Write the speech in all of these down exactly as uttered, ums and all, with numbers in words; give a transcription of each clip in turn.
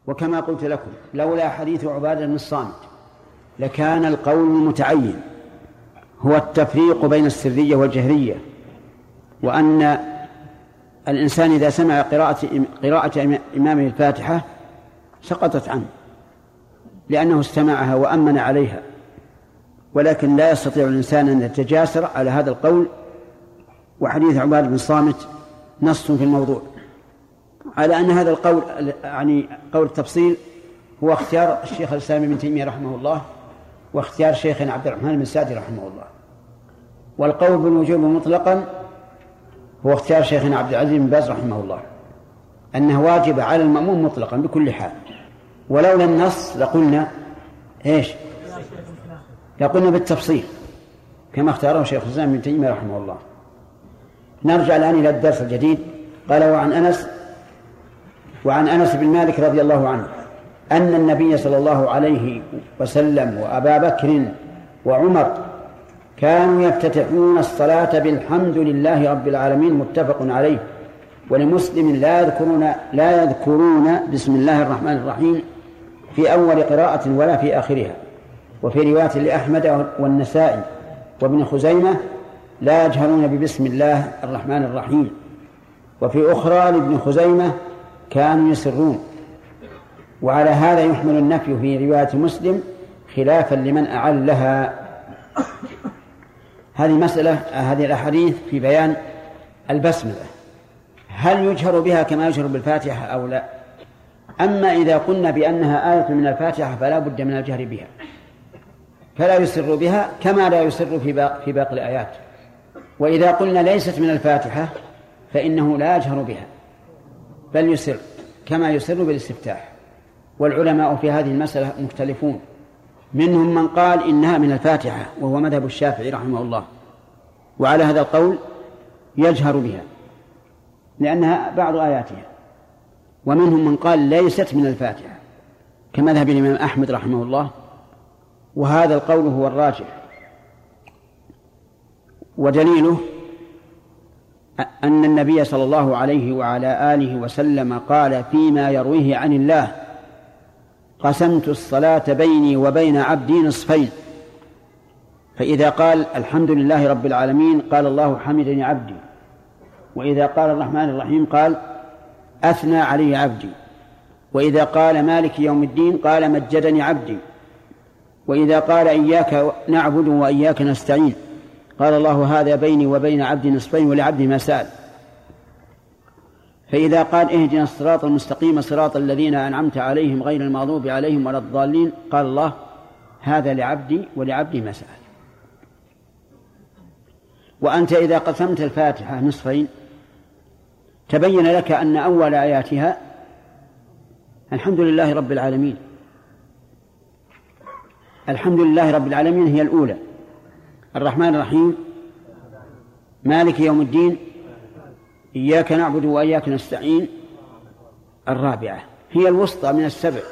وكما قلت لكم لولا حديث عبادة بن الصامت لكان القول المتعين هو التفريق بين السرية والجهرية، وأن الإنسان إذا سمع قراءة, قراءة إمامه الفاتحة سقطت عنه لأنه استمعها وأمن عليها، ولكن لا يستطيع الإنسان أن يتجاسر على هذا القول. وحديث عبادة بن الصامت نص في الموضوع على أن هذا القول يعني قول التفصيل هو اختيار الشيخ الإسلام ابن تيمية رحمه الله واختيار شيخنا عبد الرحمن بن سعدي رحمه الله، والقول بالوجوب مطلقا هو اختيار شيخنا عبد العزيز بن باز رحمه الله، أنه واجب على المأموم مطلقا بكل حال. ولولا النص لقلنا إيش؟ لقلنا بالتفصيل كما اختاره شيخ الإسلام ابن تيمية رحمه الله. نرجع الآن إلى الدرس الجديد. قال وعن أنس وعن أنس بن مالك رضي الله عنه أن النبي صلى الله عليه وسلم وأبا بكر وعمر كانوا يفتتحون الصلاة بالحمد لله رب العالمين متفق عليه. ولمسلم لا يذكرون لا يذكرون بسم الله الرحمن الرحيم في أول قراءة ولا في آخرها. وفي رواية لأحمد والنسائي وابن خزيمة لا يجهرون ببسم الله الرحمن الرحيم. وفي أخرى لابن خزيمة كانوا يسرون. وعلى هذا يحمل النفي في رواية مسلم خلافا لمن أعلها. هذه مسألة هذه الأحاديث في بيان البسملة، هل يجهر بها كما يجهر بالفاتحة أو لا؟ أما إذا قلنا بأنها آية من الفاتحة فلا بد من الجهر بها، فلا يسر بها كما لا يسر في باقي, في باقي الآيات. وإذا قلنا ليست من الفاتحة فإنه لا يجهر بها بل يسر كما يسر بالاستفتاح. والعلماء في هذه المسألة مختلفون، منهم من قال إنها من الفاتحة وهو مذهب الشافعي رحمه الله، وعلى هذا القول يجهر بها لأنها بعض آياتها. ومنهم من قال ليست من الفاتحة كمذهب الإمام أحمد رحمه الله، وهذا القول هو الراجح. ودليله أن النبي صلى الله عليه وعلى آله وسلم قال فيما يرويه عن الله: قسمت الصلاة بيني وبين عبدي نصفين، فإذا قال الحمد لله رب العالمين قال الله حمدني عبدي، وإذا قال الرحمن الرحيم قال أثنى علي عبدي، وإذا قال مالك يوم الدين قال مجدني عبدي، وإذا قال إياك نعبد وإياك نستعين قال الله هذا بيني وبين عبدي نصفين ولعبدي ما سأل. فإذا قال اهدنا الصراط المستقيم صراط الذين أنعمت عليهم غير المغضوب عليهم ولا الضالين قال الله هذا لعبدي ولعبدي ما سأل. وأنت إذا قسمت الفاتحة نصفين تبين لك أن أول آياتها الحمد لله رب العالمين. الحمد لله رب العالمين هي الأولى، الرحمن الرحيم، مالك يوم الدين، إياك نعبد وإياك نستعين الرابعة، هي الوسطى من السبع،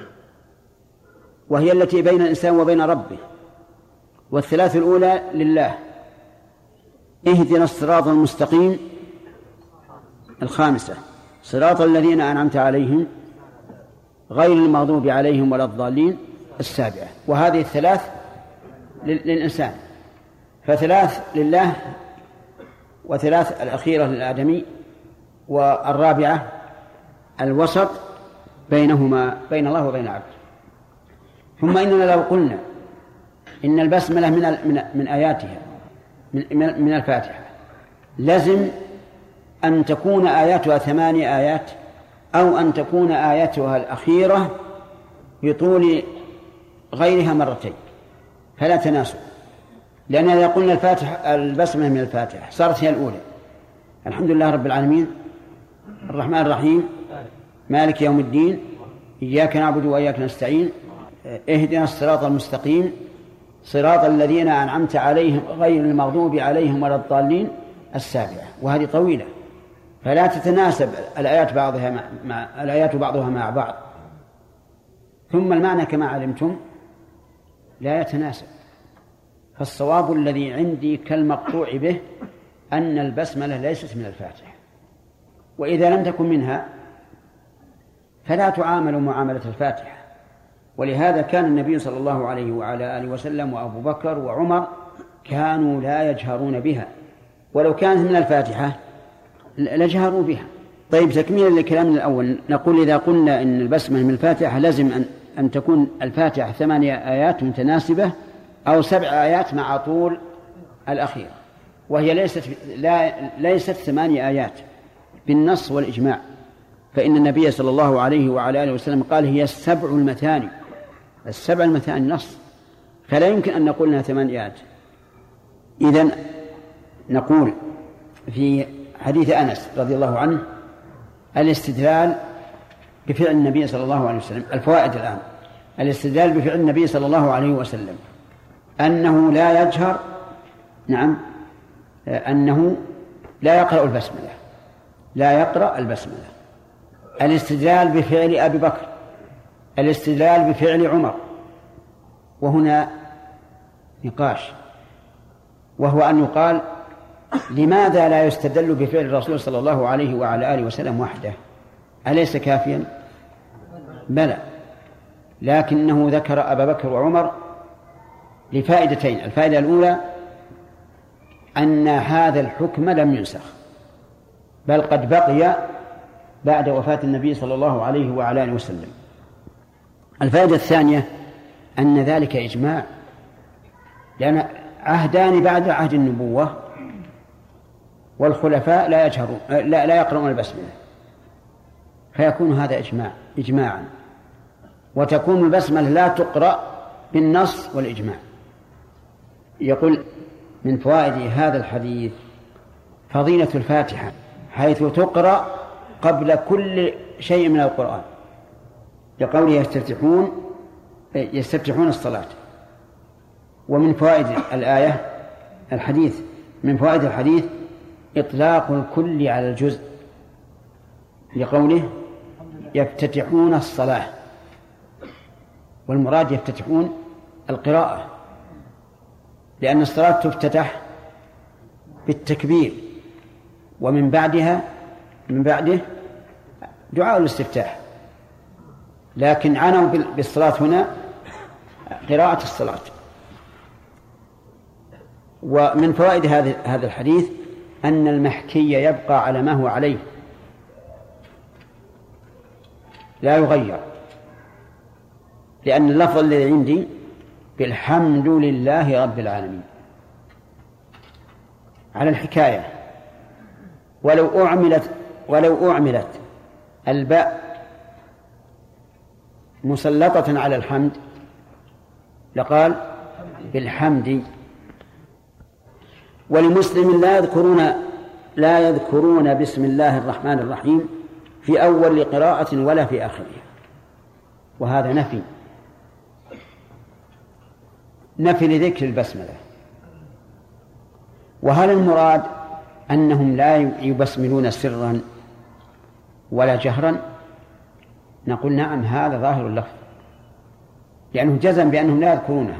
وهي التي بين الإنسان وبين ربه. والثلاث الأولى لله. اهدنا الصراط المستقيم الخامسة، صراط الذين أنعمت عليهم غير المغضوب عليهم ولا الضالين السابعة. وهذه الثلاث للإنسان، فثلاث لله وثلاث الأخيرة للآدمي، والرابعة الوسط بينهما بين الله وبين عبده. ثم إننا لو قلنا إن البسملة من من من آياتها من من الفاتحة لازم أن تكون آياتها ثمانية آيات أو أن تكون آياتها الأخيرة بطول غيرها مرتين، فلا تناسب. لأن إذا قلنا الفاتحة البسملة من الفاتحة صارت هي الأولى، الحمد لله رب العالمين، الرحمن الرحيم، مالك يوم الدين، إياك نعبد وإياك نستعين، اهدنا الصراط المستقيم صراط الذين أنعمت عليهم غير المغضوب عليهم ولا الضالين السابعة. وهذه طويلة فلا تتناسب الآيات بعضها مع, مع الآيات بعضها مع بعض. ثم المعنى كما علمتم لا يتناسب، فالصواب الذي عندي كالمقطوع به أن البسملة ليست من الفاتحة، وإذا لم تكن منها فلا تعامل معاملة الفاتحة. ولهذا كان النبي صلى الله عليه وعلى آله وسلم وأبو بكر وعمر كانوا لا يجهرون بها، ولو كانت من الفاتحة لجهروا بها. طيب، تكميلا للكلام الأول، نقول إذا قلنا إن البسمة من الفاتحة لازم أن, أن تكون الفاتحة ثمانية آيات متناسبة أو سبع آيات مع طول الأخير، وهي ليست لا ليست ثمانية آيات بالنص والإجماع، فإن النبي صلى الله عليه وعلى آله وسلم قال هي السبع المثاني، السبع المثاني نص، فلا يمكن أن نقول أنها ثمان آيات. إذن نقول في حديث أنس رضي الله عنه الاستدلال بفعل النبي صلى الله عليه وسلم. الفوائد الآن: الاستدلال بفعل النبي صلى الله عليه وسلم أنه لا يجهر، نعم، أنه لا يقرأ البسملة، لا يقرأ البسملة. الاستدلال بفعل أبي بكر، الاستدلال بفعل عمر. وهنا نقاش، وهو أن يقال لماذا لا يستدل بفعل الرسول صلى الله عليه وعلى آله وسلم وحده؟ أليس كافيا؟ بلى، لكنه ذكر أبا بكر وعمر لفائدتين. الفائدة الأولى أن هذا الحكم لم ينسخ، بل قد بقي بعد وفاة النبي صلى الله عليه وعلى آله وسلم. الفائدة الثانية أن ذلك إجماع، لأن عهدان بعد عهد النبوة والخلفاء لا يجهرون لا, لا يقرؤون البسملة، فيكون هذا إجماع إجماعا، وتكون البسملة لا تقرأ بالنص والإجماع. يقول من فوائد هذا الحديث فضيلة الفاتحة، حيث تقرأ قبل كل شيء من القرآن، لقوله يستفتحون يستفتحون الصلاة. ومن فوائد الآية الحديث من فوائد الحديث إطلاق الكل على الجزء، لقوله يفتتحون الصلاة، والمراد يفتتحون القراءة، لأن الصلاة تفتتح بالتكبير، ومن بعدها من بعده دعاء الاستفتاح، لكن عنوا بالصلاة هنا قراءة الصلاة. ومن فوائد هذا الحديث أن المحكي يبقى على ما هو عليه لا يغير، لأن اللفظ الذي عندي بالحمد لله رب العالمين على الحكاية، ولو أعملت ولو أعملت الباء مسلطة على الحمد لقال بالحمد. ولمسلم لا يذكرون لا يذكرون بسم الله الرحمن الرحيم في أول قراءة ولا في آخرها، وهذا نفي نفي لذكر البسملة. وهل المراد أنهم لا يبسملون سرا ولا جهرا؟ نقول نعم، هذا ظاهر اللفظ، لأنه جزم بأنهم لا يذكرونها،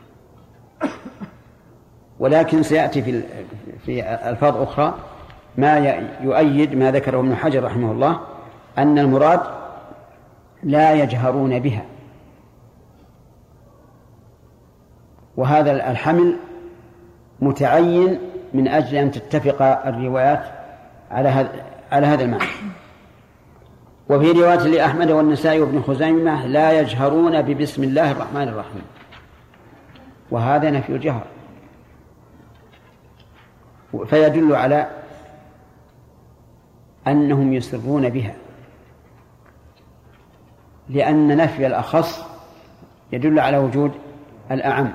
ولكن سيأتي في في ألفاظ أخرى ما يؤيد ما ذكره ابن حجر رحمه الله، أن المراد لا يجهرون بها. وهذا الحمل متعين من أجل أن تتفق الروايات على هذا على هذا المعنى. وفي رواية لأحمد والنسائي وابن خزيمة لا يجهرون ببسم الله الرحمن الرحيم، وهذا نفي الجهر، فيدل على أنهم يسرون بها، لأن نفي الأخص يدل على وجود الأعم.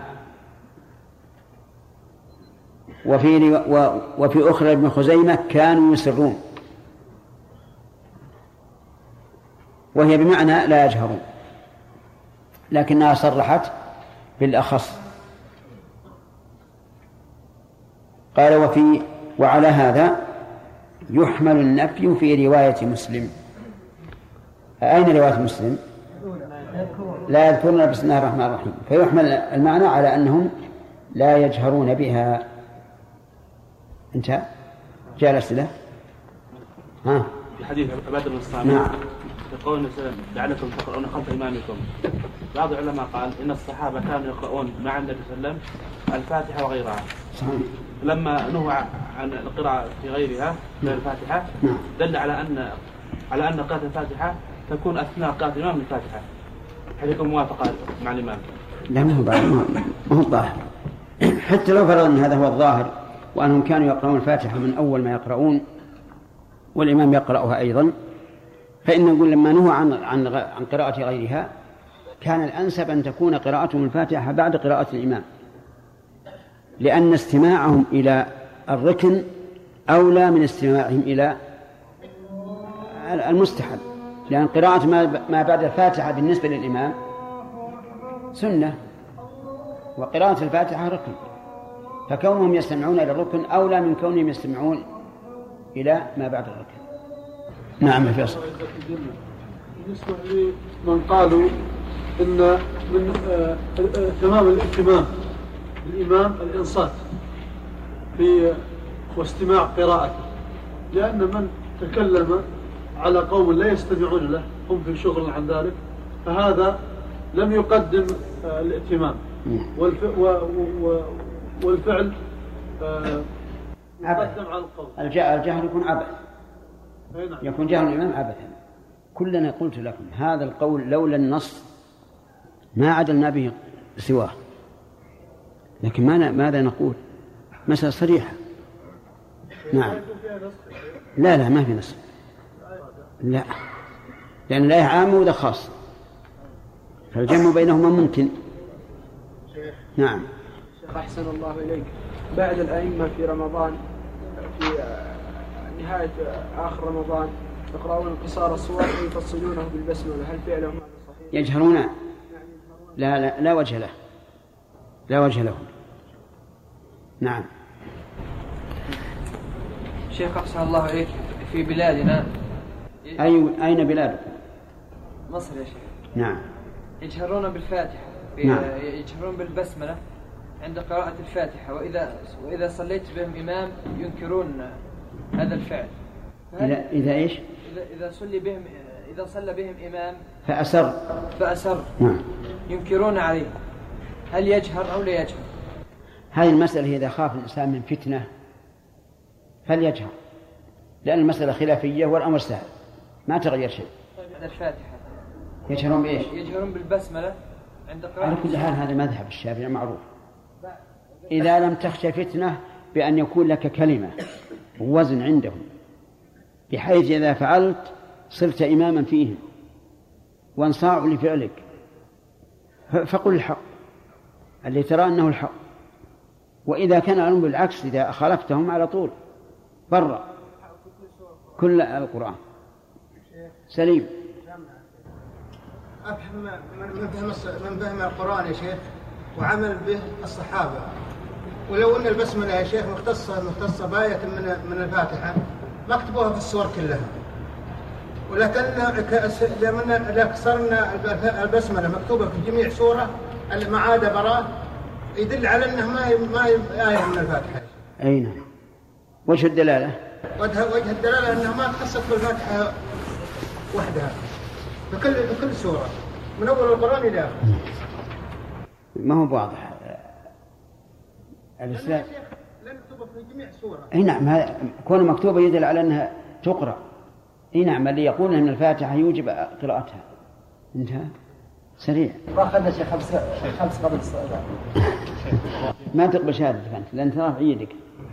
وفي وفي أخرى ابن خزيمة كانوا يسرون، وهي بمعنى لا يجهرون، لكنها صرحت بالأخص. قال وفي وعلى هذا يحمل النفي في رواية مسلم. أين رواية مسلم؟ لا يذكرون بسم الله الرحمن الرحيم، فيحمل المعنى على أنهم لا يجهرون بها. انتهى. جاء الأسئلة. ها حديث عبادة بن الصامت نعم. يقول لعلكم تقرؤون خلف إمامكم. بعض العلماء قال إن الصحابة كانوا يقرؤون مع النبي صلى الله عليه وسلم الفاتحة وغيرها. صحيح. لما نهوا عن القراءة في غيرها من الفاتحة دل على أن على أن قراءة الفاتحة تكون أثناء قراءة الإمام الفاتحة. هل يكون موافقة مع الإمام؟ لا، ما هو ما هو الظاهر. حتى لو فرض أن هذا هو الظاهر وأنهم كانوا يقرؤون الفاتحة من أول ما يقرؤون والإمام يقرأها أيضا، فإن نقول لما نهوا عن عن عن قراءة غيرها كان الأنسب أن تكون قراءتهم الفاتحة بعد قراءة الإمام، لأن استماعهم إلى الركن أولى من استماعهم إلى المستحب، لأن قراءة ما بعد الفاتحة بالنسبة للإمام سنة وقراءة الفاتحة ركن، فكونهم يستمعون إلى الركن أولى من كونهم يستمعون إلى ما بعد الركن. نعم يا فيصل. بالنسبة لمن قالوا إن من تمام الاهتمام بالإمام الإنصات في واستماع قراءته، لأن من تكلم على قوم لا يستمعون له هم في شغل عن ذلك فهذا لم يقدم الاهتمام، والفعل يقدم على القول. الجهل يكون عبث، يكون جهل الإمام عبثا. كلنا قلت لكم هذا القول لولا النص ما عدلنا به سواه، لكن ماذا نقول؟ مسألة صريحة. نعم. لا لا ما في نص، لا، لأن الآية عامة وده خاص، فالجمع بينهما ممكن. نعم. أحسن الله إليك. بعد الأئمة في رمضان في نهاية آخر رمضان يقرؤون قصار الصور ويفصلونه بالبسملة، هل فعلهم هذا صحيح؟ يجهرون؟ لا لا لا وجه له، لا وجه له. نعم. شيخ أحسن الله إليك، في بلادنا أي أين بلادكم؟ مصر يا شيخ. نعم. يجهرون بالفاتحة، نعم. يجهرون بالبسملة عند قراءة الفاتحة، وإذا وإذا صليت بهم إمام ينكرون هذا الفعل. إذا إذا إيش؟ إذا إذا صلي بهم إذا صلى بهم إمام فأسر فأسر نعم. ينكرون عليه، هل يجهر أو لا يجهر؟ هذه المسألة إذا خاف الإنسان من فتنة فليجهر، لأن المسألة خلافية والأمر سهل ما تغير شيء. عند الفاتحة يجهرون بإيش؟ يجهرون بالبسملة عند قراءة. على كل حال هذا مذهب الشافعي معروف، إذا لم تخشى فتنة بأن يكون لك كلمة ووزن عندهم بحيث إذا فعلت صرت إماما فيهم وانصاعوا لفعلك فقل الحق اللي ترى أنه الحق، وإذا كان الأمر بالعكس إذا خالفتهم على طول برا كل القرآن. سليم. أفهم من فهم من فهم القرآن يا شيخ وعمل به الصحابة، ولو أن البسملة يا شيخ مختصة مختصة بآية من من الفاتحة ما كتبوها في السور كلها، ولكن لما صرنا البسملة مكتوبة في جميع سورة ما عدا براء يدل على أنه ما ما آية من الفاتحة. أي نعم. وجه الدلالة؟ وجه الدلالة أنه ما خصت في الفاتحة وحدها بكل بكل سورة من أول القرآن إلى آخره. ما هو واضح الإسلام. لا مكتوبة في جميع سورة. أي نعم، كون مكتوبة يدل على أنها تقرأ. أي نعم، اللي يقول أن الفاتحة يوجب قراءتها. انتهى. سريع. ما أخذنا شيء خمس خمس قبل الصلاة. ما تقبل شهادتك أنت لأن ترفع يدك.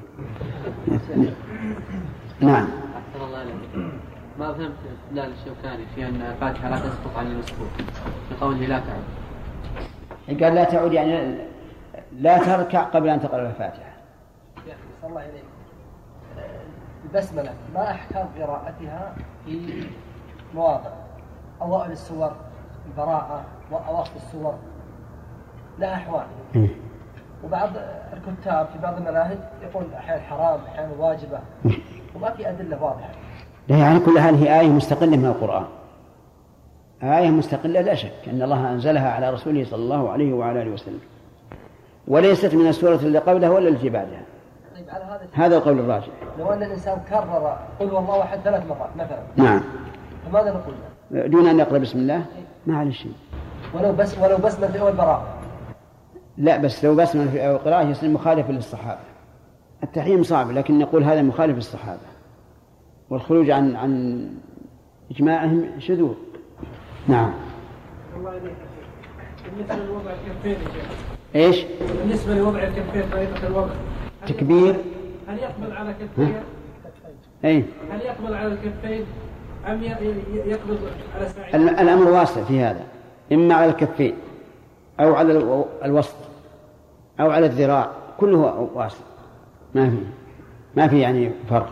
نعم. أحسن الله عليك. ما فهمت استدلال الشوكاني في أن الفاتحة لا تسقط عن المسكوت بقوله لا تعود. قال لا تعود يعني لا تركع قبل أن تقرأ الفاتحة. صلى الله عليك. البسملة ما أحكام قراءتها في مواضع أوائل السور البراءة وأواخر السور لها أحوال، وبعض الكتاب في بعض المذاهب يقول أحيانا حرام أحيانا واجبة وما في أدلة واضحة. لا يعني كل هذه آية مستقلة من القرآن، آية مستقلة لا شك أن الله أنزلها على رسوله صلى الله عليه وعلى آله وسلم، وليست من السورة اللي قبلها ولا التي بعدها. طيب هذا القول الراجح. لو أن الإنسان كرر قل والله أحد ثلاث مرات مثلا، نعم، فماذا نقول له؟ دون أن يقرأ بسم الله ما عليه شيء. ولو بس ولو بسمة في أول براءة. لا، بس لو بسمة في أول قراءة يصير مخالف للصحابة. التحريم صعب، لكن نقول هذا مخالف للصحابة، والخروج عن عن إجماعهم شذوذ. نعم. الله يليك. بالنسبة لوضع الكفين يا شيخ. إيش؟ بالنسبة لوضع الكفين طريقة الوضع. تكبير. هل يقبل على كفين؟ أي. هل يقبل على الكفين أم يقبل على ساعد؟ الأمر واسع في هذا، إما على الكفين أو على الوسط أو على الذراع، كله واسع، ما في ما في يعني فرق.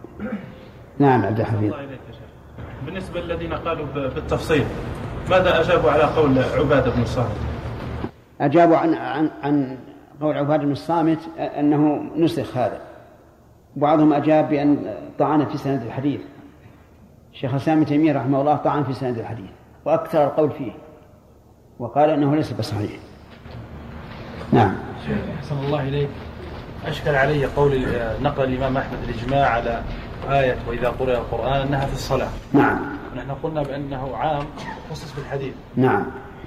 نعم عبد الحفيظ. بالنسبة للذين قالوا بالتفصيل، ماذا أجابوا على قول عبادة بن الصامت؟ أجابوا عن عن عن قول عبادة بن الصامت أنه نسخ هذا. بعضهم أجاب بأن طعن في سند الحديث. الشيخ الإسلام ابن تيمية رحمه الله طعن في سند الحديث وأكثر القول فيه، وقال أنه ليس بصحيح. نعم. أحسن الله إليك. أشكل علي قول نقل الإمام أحمد الإجماع على آية وإذا قرأ القرآن أنها في الصلاة. نعم. نحن قلنا بأنه عام خصص بالحديث. نعم،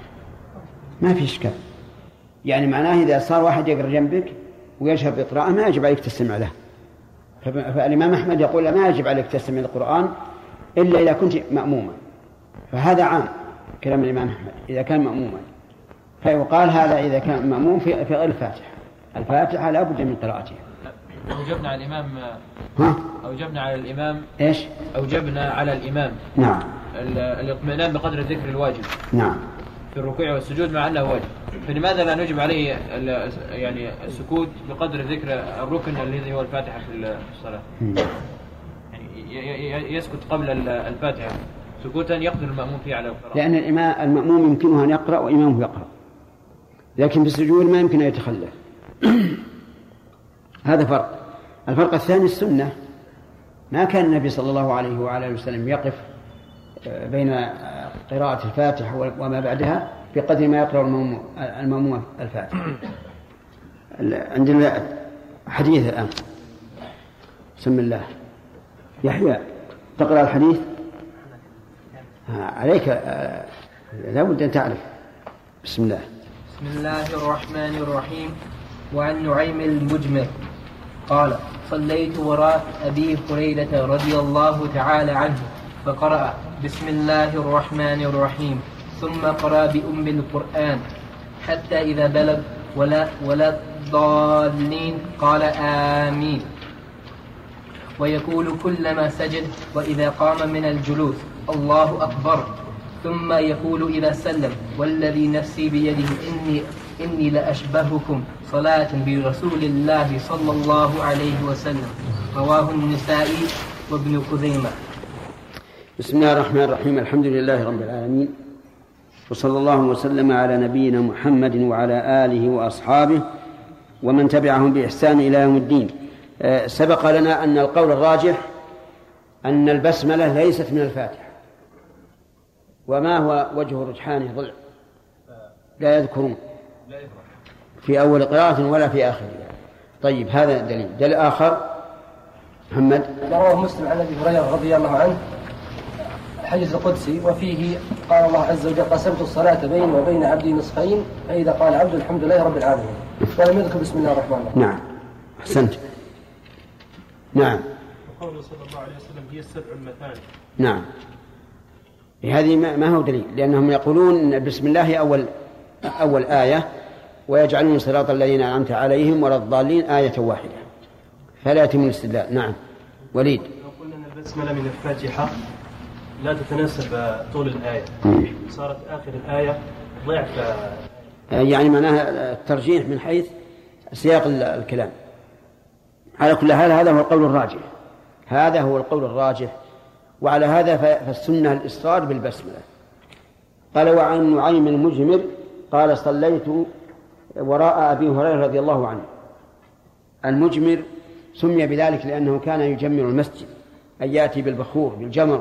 ما في إشكال. يعني معناه إذا صار واحد يقرأ جنبك ويشهر بقراءة ما يجب عليك تستمع له. فالإمام أحمد يقول ما يجب عليك تستمع للقرآن إلا إذا كنت مأموما، فهذا عام كلام الإمام أحمد إذا كان مأموما. فيقال هذا إذا كان مأموم في في غير الفاتحة. الفاتحة لا بد من قراءتها. أوجبنا على الإمام ها؟ أوجبنا على الإمام إيش؟ أوجبنا على الإمام نعم الاطمئنان بقدر ذكر الواجب. نعم. في الركوع والسجود مع أنه واجب، فلماذا لا نجب عليه يعني السكوت بقدر ذكر الركن الذي هو الفاتحة في الصلاة؟ يعني يسكت قبل الفاتحة سكوتا يقدر المأموم فيه على القراءة. لأن الإمام المأموم يمكنه أن يقرأ وإمامه يقرأ، لكن في السجود ما يمكن أن يتخلف. هذا فرق. الفرق الثاني السنة. ما كان النبي صلى الله عليه وعلى آله وسلم يقف بين قراءة الفاتحة وما بعدها بقدر ما يقرأ المأموم الفاتحة. عندنا حديث الآن. بسم الله. يحيى تقرأ الحديث عليك، لا بد أن تعرف. بسم الله. بسم الله الرحمن الرحيم. وعن نعيم المجمر قال: صليت وراء أبي هريرة رضي الله تعالى عنه فقرأ بسم الله الرحمن الرحيم ثم قرأ بأم القرآن حتى إذا بلغ ولا ولا الضالين قال آمين، ويقول كلما سجد وإذا قام من الجلوس الله أكبر، ثم يقول إذا سلم والذي نفسي بيده إني إني لأشبهكم صلاة برسول الله صلى الله عليه وسلم. رواه النسائي وابن خزيمة. بسم الله الرحمن الرحيم. الحمد لله رب العالمين، وصلى الله وسلم على نبينا محمد وعلى آله وأصحابه ومن تبعهم بإحسان إلى يوم الدين. سبق لنا أن القول الراجح أن البسملة ليست من الفاتحة. وما هو وجه رجحانه ضلع؟ لا يذكرون في أول قراءة ولا في آخرها. طيب هذا دليل. دليل آخر محمد. رواه مسلم عن أبي هريرة رضي الله عنه الحديث القدسي، وفيه قال الله عز وجل: قسمت الصلاة بيني وبين عبدي نصفين، فإذا قال عبد الحمد لله رب العالمين ولم يذكر بسم الله الرحمن الرحيم. نعم أحسنت. نعم. وقوله صلى الله عليه وسلم هي السبع المثاني. نعم. هذه ما هو دليل، لأنهم يقولون بسم الله أول أول آية، ويجعلون صراط الذين أنعمت عليهم ولا الضالين آية واحدة، فلا يتم الاستدلال. نعم وليد. لو قلنا أن البسملة من الفاتحة لا تتناسب طول الآية، صارت آخر الآية ضعف، يعني معناها الترجيح من حيث سياق الكلام. على كل حال هذا هو القول الراجح، هذا هو القول الراجح. وعلى هذا فالسنة الإصرار بالبسملة. قال: وعن نعيم المجمر قال: صليت وراء أبي هريرة رضي الله عنه. المجمر سمي بذلك لأنه كان يجمر المسجد، أن يأتي بالبخور بالجمر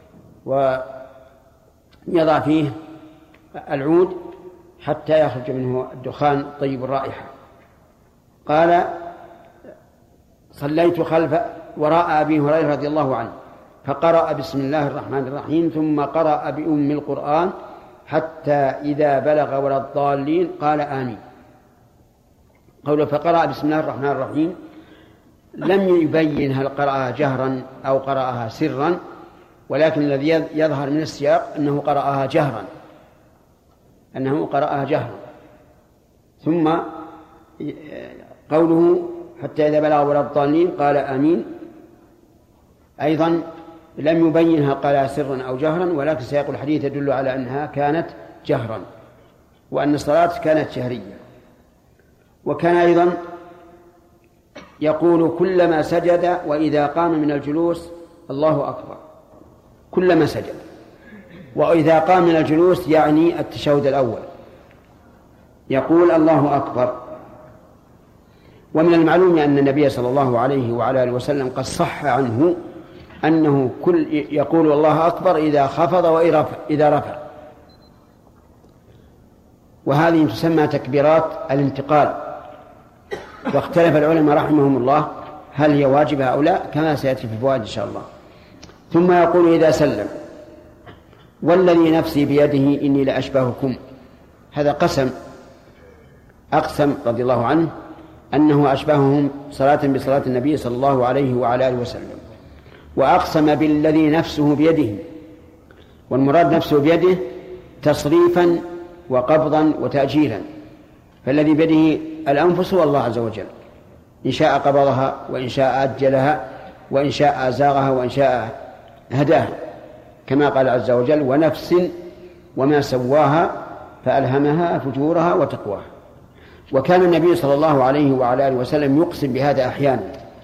ويضع فيه العود حتى يخرج منه الدخان طيب الرائحة. قال: صليت خلف وراء أبي هريرة رضي الله عنه فقرأ بسم الله الرحمن الرحيم ثم قرأ بأم القرآن حتى إذا بلغ ولا الضالين قال آمين. قوله فقرأ بسم الله الرحمن الرحيم لم يبين هل قرأها جهرا أو قرأها سرا، ولكن الذي يظهر من السياق أنه قرأها جهرا أنه قرأها جهرا. ثم قوله حتى إذا بلغ ولا الضالين قال آمين أيضا لم يبين هل قالها سرا أو جهرا، ولكن سياق الحديث يدل على أنها كانت جهرا وأن الصلاة كانت جهرية. وكان أيضا يقول كلما سجد وإذا قام من الجلوس الله أكبر، كلما سجد. وإذا قام من الجلوس يعني التشهد الأول يقول الله أكبر. ومن المعلوم أن النبي صلى الله عليه وعلى آله وسلم قد صح عنه أنه كل يقول الله أكبر إذا خفض وإذا رفع، وهذه تسمى تكبيرات الانتقال. واختلف العلماء رحمهم الله هل هي واجبة أو لا، كما سيأتي في الفوائد إن شاء الله. ثم يقول إذا سلم والذي نفسي بيده إني لأشبهكم، هذا قسم، أقسم رضي الله عنه أنه أشبههم صلاة بصلاة النبي صلى الله عليه وعلى آله وسلم. وأقسم بالذي نفسه بيده، والمراد نفسه بيده تصريفا وقبضا وتأجيلا، فالذي بيده الأنفس هو الله عز وجل، إن شاء قبضها وإن شاء أجلها وإن شاء أزاغها وإن شاء هداها، كما قال عز وجل ونفس وما سواها فألهمها فجورها وتقواها. وكان النبي صلى الله عليه وعلى آله وسلم يقسم بهذا أحيانا،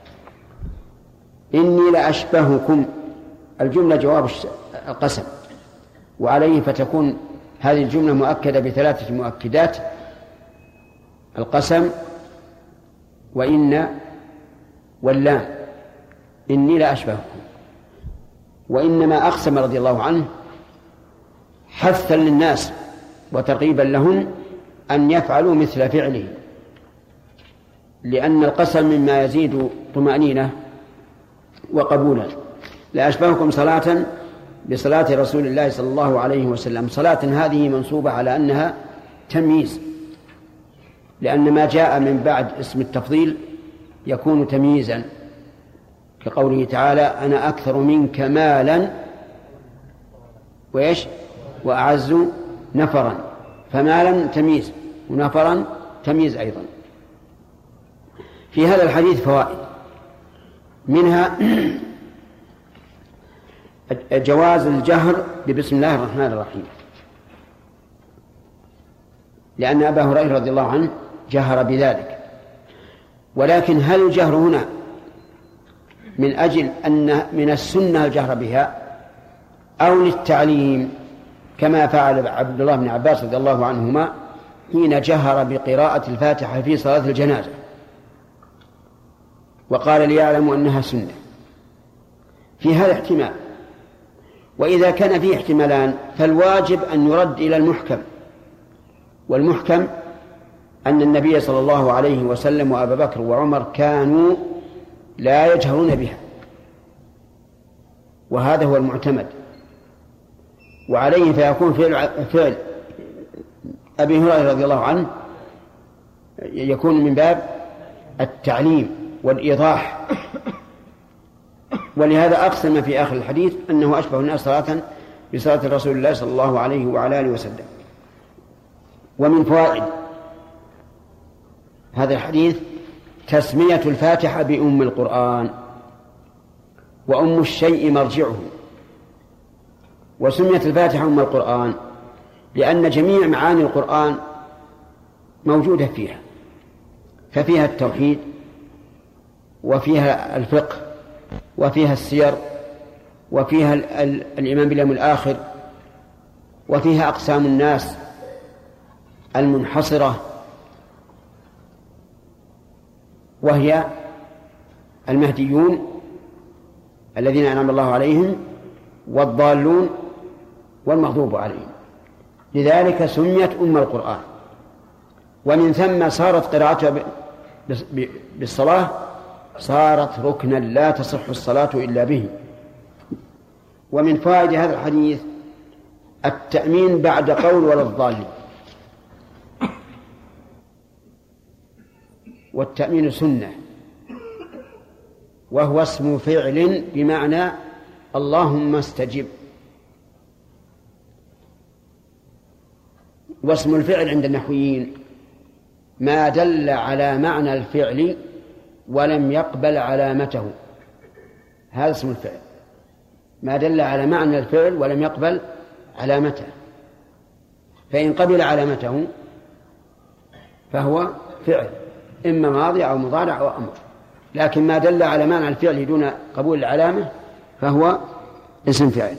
إني لأشبهكم، الجملة جواب القسم، وعليه فتكون هذه الجملة مؤكدة بثلاثة مؤكدات: القسم وإن واللام، إني لأشبهكم. وإنما أقسم رضي الله عنه حثا للناس وترغيبا لهم أن يفعلوا مثل فعله، لأن القسم مما يزيد طمأنينة وقبولا. لأشبهكم صلاة بصلاة رسول الله صلى الله عليه وسلم، صلاة هذه منصوبة على أنها تمييز، لأن ما جاء من بعد اسم التفضيل يكون تمييزا، كقوله تعالى أنا أكثر منك مالا وإيش وأعز نفرا، فمالا تمييز ونفرا تمييز أيضا. في هذا الحديث فوائد، منها جواز الجهر ببسم الله الرحمن الرحيم، لأن أبا هريرة رضي الله عنه جهر بذلك. ولكن هل الجهر هنا من أجل أن من السنة الجهر بها أو للتعليم، كما فعل عبد الله بن عباس رضي الله عنهما حين جهر بقراءة الفاتحة في صلاة الجنازة وقال ليعلموا أنها سنة؟ في هذا احتمال. وإذا كان فيه احتمالان فالواجب أن يرد إلى المحكم، والمحكم أن النبي صلى الله عليه وسلم وأبا بكر وعمر كانوا لا يجهرون بها، وهذا هو المعتمد. وعليه فيكون فعل, فعل أبي هريرة رضي الله عنه يكون من باب التعليم والإيضاح. ولهذا أقسم في آخر الحديث أنه أشبه الناس صلاة بصلاة رسول الله صلى الله عليه وعلى آله وسلم. ومن فوائد هذا الحديث تسمية الفاتحة بأم القرآن، وأم الشيء مرجعه. وسميت الفاتحة أم القرآن لأن جميع معاني القرآن موجودة فيها، ففيها التوحيد وفيها الفقه وفيها السير وفيها الإيمان باليوم الآخر وفيها أقسام الناس المنحصرة، وهي المهديون الذين أنعم الله عليهم والضالون والمغضوب عليهم. لذلك سميت أم القرآن. ومن ثم صارت قراءتها بالصلاة صارت ركنا لا تصح الصلاة إلا به. ومن فوائد هذا الحديث التأمين بعد قول ولا الضالين. والتأمين سنة، وهو اسم فعل بمعنى اللهم استجب. واسم الفعل عند النحويين ما دل على معنى الفعل ولم يقبل علامته، هذا اسم الفعل، ما دل على معنى الفعل ولم يقبل علامته. فإن قبل علامته فهو فعل، إما ماضي أو مضارع أو أمر. لكن ما دل على معنى الفعل دون قبول العلامة فهو اسم فعل.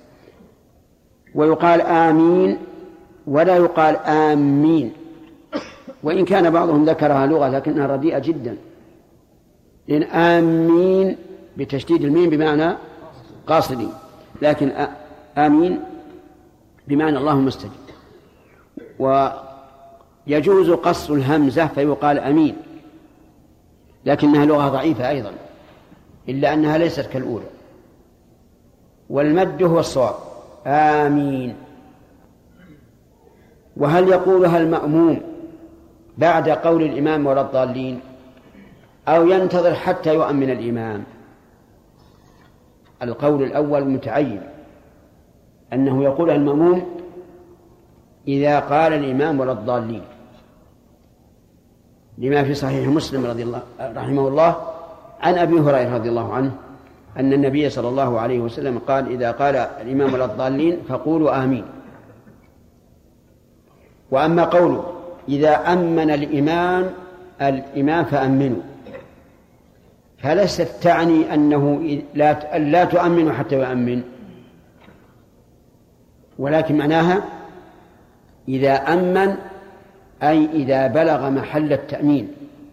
ويقال آمين ولا يقال آمين، وإن كان بعضهم ذكرها لغة لكنها رديئة جدا، لأن آمين بتشديد الميم بمعنى قاصدين، لكن آمين بمعنى اللهم استجب. ويجوز قصر الهمزة فيقال أمين، لكنها لغة ضعيفة أيضا، إلا أنها ليست كالأولى. والمد هو الصواب، آمين. وهل يقولها المأموم بعد قول الإمام ولا الضالين أو ينتظر حتى يؤمن الإمام؟ القول الأول متعين، أنه يقولها المأموم إذا قال الإمام ولا الضالين، لما في صحيح مسلم رضي الله رحمه الله عن أبي هريرة رضي الله عنه أن النبي صلى الله عليه وسلم قال إذا قال الإمام ولا الضالين فقولوا آمين. وأما قوله إذا أمن الإمام الإمام فأمنوا، فلست تعني أنه لا, لا تؤمن حتى يؤمن، ولكن معناها إذا أمن أي إذا بلغ محل التأمين.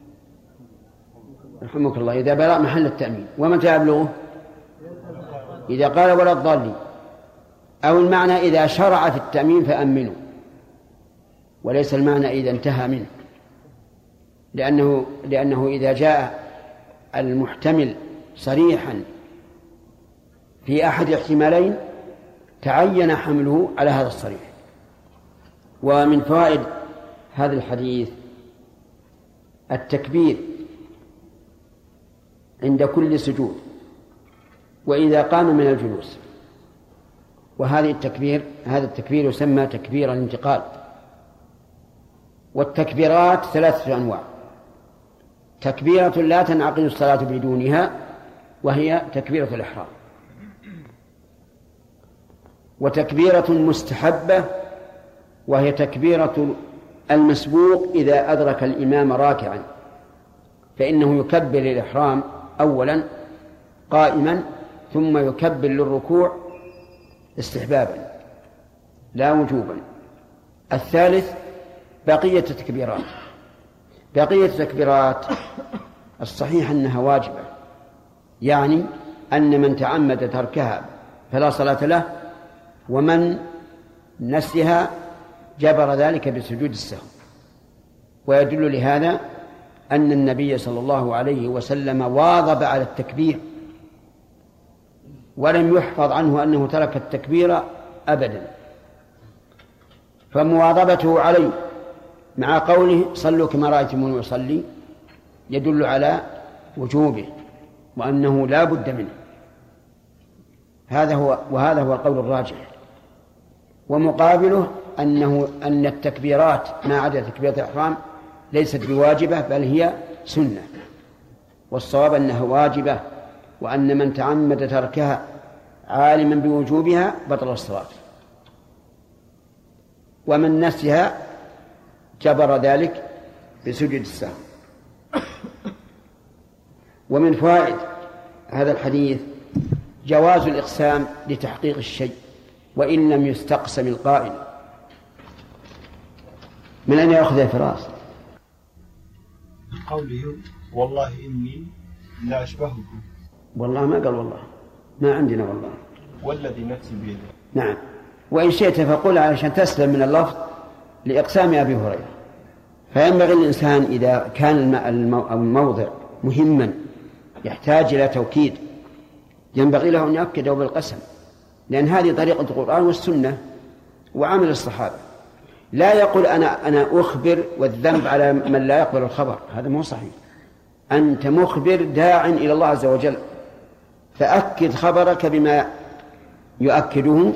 رحمك الله، إذا بلغ محل التأمين. ومتى يبلغه؟ إذا قال ولا الضالين. أو المعنى إذا شرع في التأمين فأمنوا، وليس المعنى إذا انتهى منه، لأنه, لأنه إذا جاء المحتمل صريحا في أحد احتمالين تعين حمله على هذا الصريح. ومن فوائد هذا الحديث التكبير عند كل سجود وإذا قام من الجلوس. وهذه التكبير هذا التكبير يسمى تكبير الانتقال. والتكبيرات ثلاثة أنواع: تكبيرة لا تنعقد الصلاة بدونها وهي تكبيرة الإحرام، وتكبيرة مستحبة وهي تكبيرة المسبوق إذا أدرك الإمام راكعا، فإنه يكبر الإحرام أولا قائما ثم يكبر للركوع استحبابا لا وجوبا. الثالث بقية التكبيرات. بقية التكبيرات الصحيح أنها واجبة، يعني أن من تعمد تركها فلا صلاة له، ومن نسيها جبر ذلك بسجود السهو. ويدل لهذا أن النبي صلى الله عليه وسلم واظب على التكبير، ولم يحفظ عنه أنه ترك التكبير أبدا، فمواظبته عليه مع قوله صلوا كما رأيتموني يصلي يدل على وجوبه وأنه لا بد منه. هذا هو وهذا هو القول الراجح. ومقابله أنه أن التكبيرات ما عدا تكبيرة الإحرام ليست بواجبة بل هي سنة، والصواب أنها واجبة، وأن من تعمد تركها عالما بوجوبها بطل الصلاة، ومن نسيها جبر ذلك بسجود السهو. ومن فوائد هذا الحديث جواز الإقسام لتحقيق الشيء وإن لم يستقسم القائل. من أين يأخذ الفراس؟ قوله والله إني لا أشبهكم. والله ما قال والله، ما عندنا والله. والذي نفسي بيده. نعم. وإن شئت فقل علشان تسلم من اللفظ لإقسام أبي هريرة. فينبغي الإنسان إذا كان الموضع مهما يحتاج إلى توكيد ينبغي له أن يؤكده بالقسم، لأن هذه طريقة القرآن والسنة وعمل الصحابة. لا يقول أنا أنا أخبر والذنب على من لا يقبل الخبر، هذا مو صحيح. أنت مخبر داع إلى الله عز وجل، فأكد خبرك بما يؤكده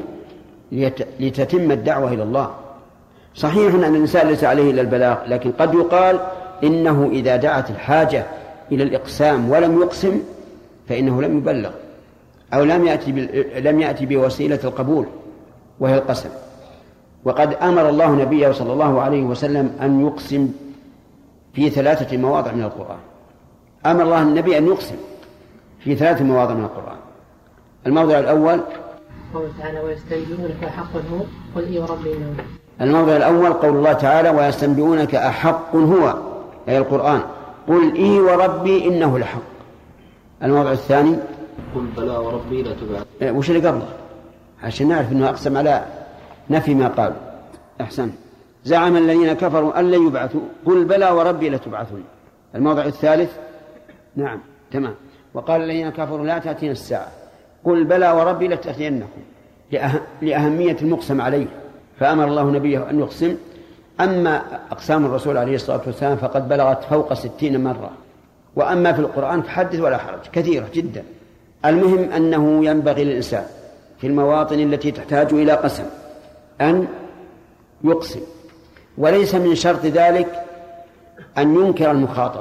لتتم الدعوة إلى الله. صحيح أن الإنسان ليس عليه إلا البلاغ، لكن قد يقال إنه إذا دعت الحاجة إلى الإقسام ولم يقسم فإنه لم يبلغ، أو لم يأتي لم يأتي بوسيلة القبول وهي القسم. وقد أمر الله نبيه صلى الله عليه وسلم أن يقسم في ثلاثة مواضع من القرآن. أمر الله النبي أن يقسم في ثلاث مواضع من القرآن. الموضع الأول قوله تعالى ويستنبئونك أحق هو قل إي وربي إنه. الموضع الأول قول الله تعالى ويستنبئونك أحق هو، أي القرآن، قل إي وربي إنه لحق. الموضع الثاني قل بلى وربي لا تبعث. وش اللي قبله عشان نعرف أنه أقسم على نفي ما قالوا. أحسن. زعم الذين كفروا أن لن يبعثوا قل بلى وربي لتبعثون. الموضع الثالث نعم تمام. وقال الذين كفروا لا تأتينا الساعة قل بلى وربي لتأتينكم، لأهمية المقسم عليه فأمر الله نبيه أن يقسم. أما أقسام الرسول عليه الصلاة والسلام فقد بلغت فوق ستين مرة، وأما في القرآن فحدث ولا حرج كثيرة جدا. المهم أنه ينبغي للإنسان في المواطن التي تحتاج إلى قسم أن يقسم، وليس من شرط ذلك أن ينكر المخاطب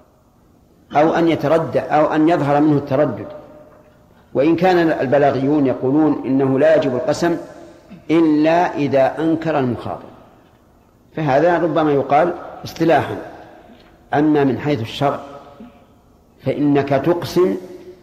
أو أن يتردد أو أن يظهر منه التردد. وإن كان البلاغيون يقولون إنه لا يجب القسم إلا إذا أنكر المخاطب، فهذا ربما يقال اصطلاحا. أما من حيث الشرع فإنك تقسم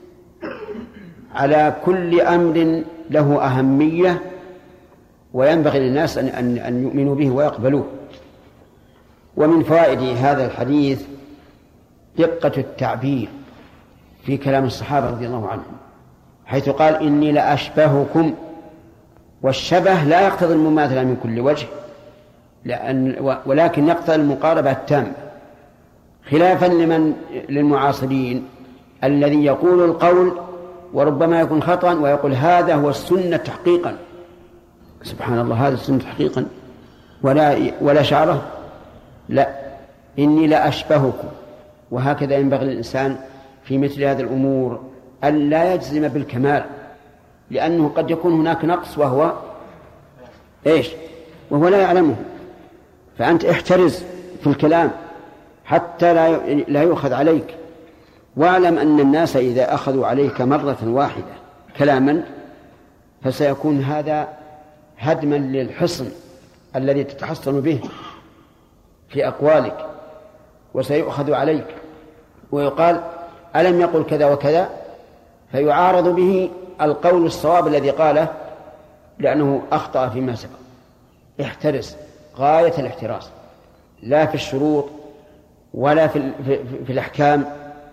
على كل أمر له أهمية وينبغي للناس أن, أن, أن يؤمنوا به ويقبلوه. ومن فوائد هذا الحديث دقة التعبير في كلام الصحابة رضي الله عنهم، حيث قال إني لأشبهكم، والشبه لا يقتضي المماثلة من كل وجه، لأن ولكن يقتضي المقاربة التامة، خلافا لمن للمعاصرين الذي يقول القول وربما يكون خطأ ويقول هذا هو السنة تحقيقا. سبحان الله، هذا السنة تحقيقا ولا ولا شعره. لا، إني لأشبهكم. وهكذا ينبغي للإنسان في مثل هذه الأمور أن لا يجزم بالكمال، لأنه قد يكون هناك نقص وهو إيش وهو لا يعلمه. فأنت احترز في الكلام حتى لا لا يؤخذ عليك، واعلم أن الناس إذا أخذوا عليك مرة واحدة كلاما فسيكون هذا هدما للحصن الذي تتحصن به في أقوالك، وسيؤخذ عليك ويقال ألم يقل كذا وكذا، فيعارض به القول الصواب الذي قاله لأنه أخطأ فيما سبق. احترس غاية الاحتراس، لا في الشروط ولا في, في, في الأحكام.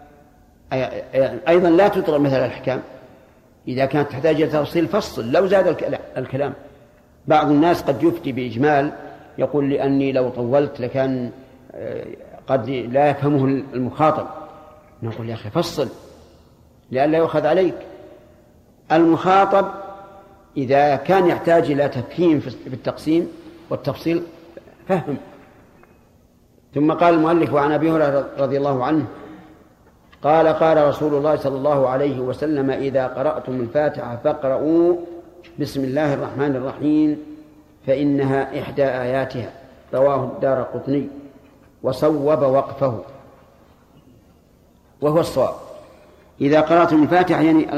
أيضا لا تطلب مثل الأحكام إذا كانت تحتاج إلى تفصيل فصل لو زاد الكلام. بعض الناس قد يفتي بإجمال يقول لأني لو طولت لكان قد لا يفهمه المخاطب. نقول يا أخي فصل لئلا يؤخذ عليك. المخاطب إذا كان يحتاج إلى تفهيم في التقسيم والتفصيل فهم. ثم قال المؤلف عن أبي هريرة رضي الله عنه قال قال رسول الله صلى الله عليه وسلم إذا قرأتم الفاتحة فاقرؤوا بسم الله الرحمن الرحيم فإنها إحدى آياتها. رواه الدارقطني وصوب وقفه وهو الصواب. إذا قرأتم الفاتحة يعني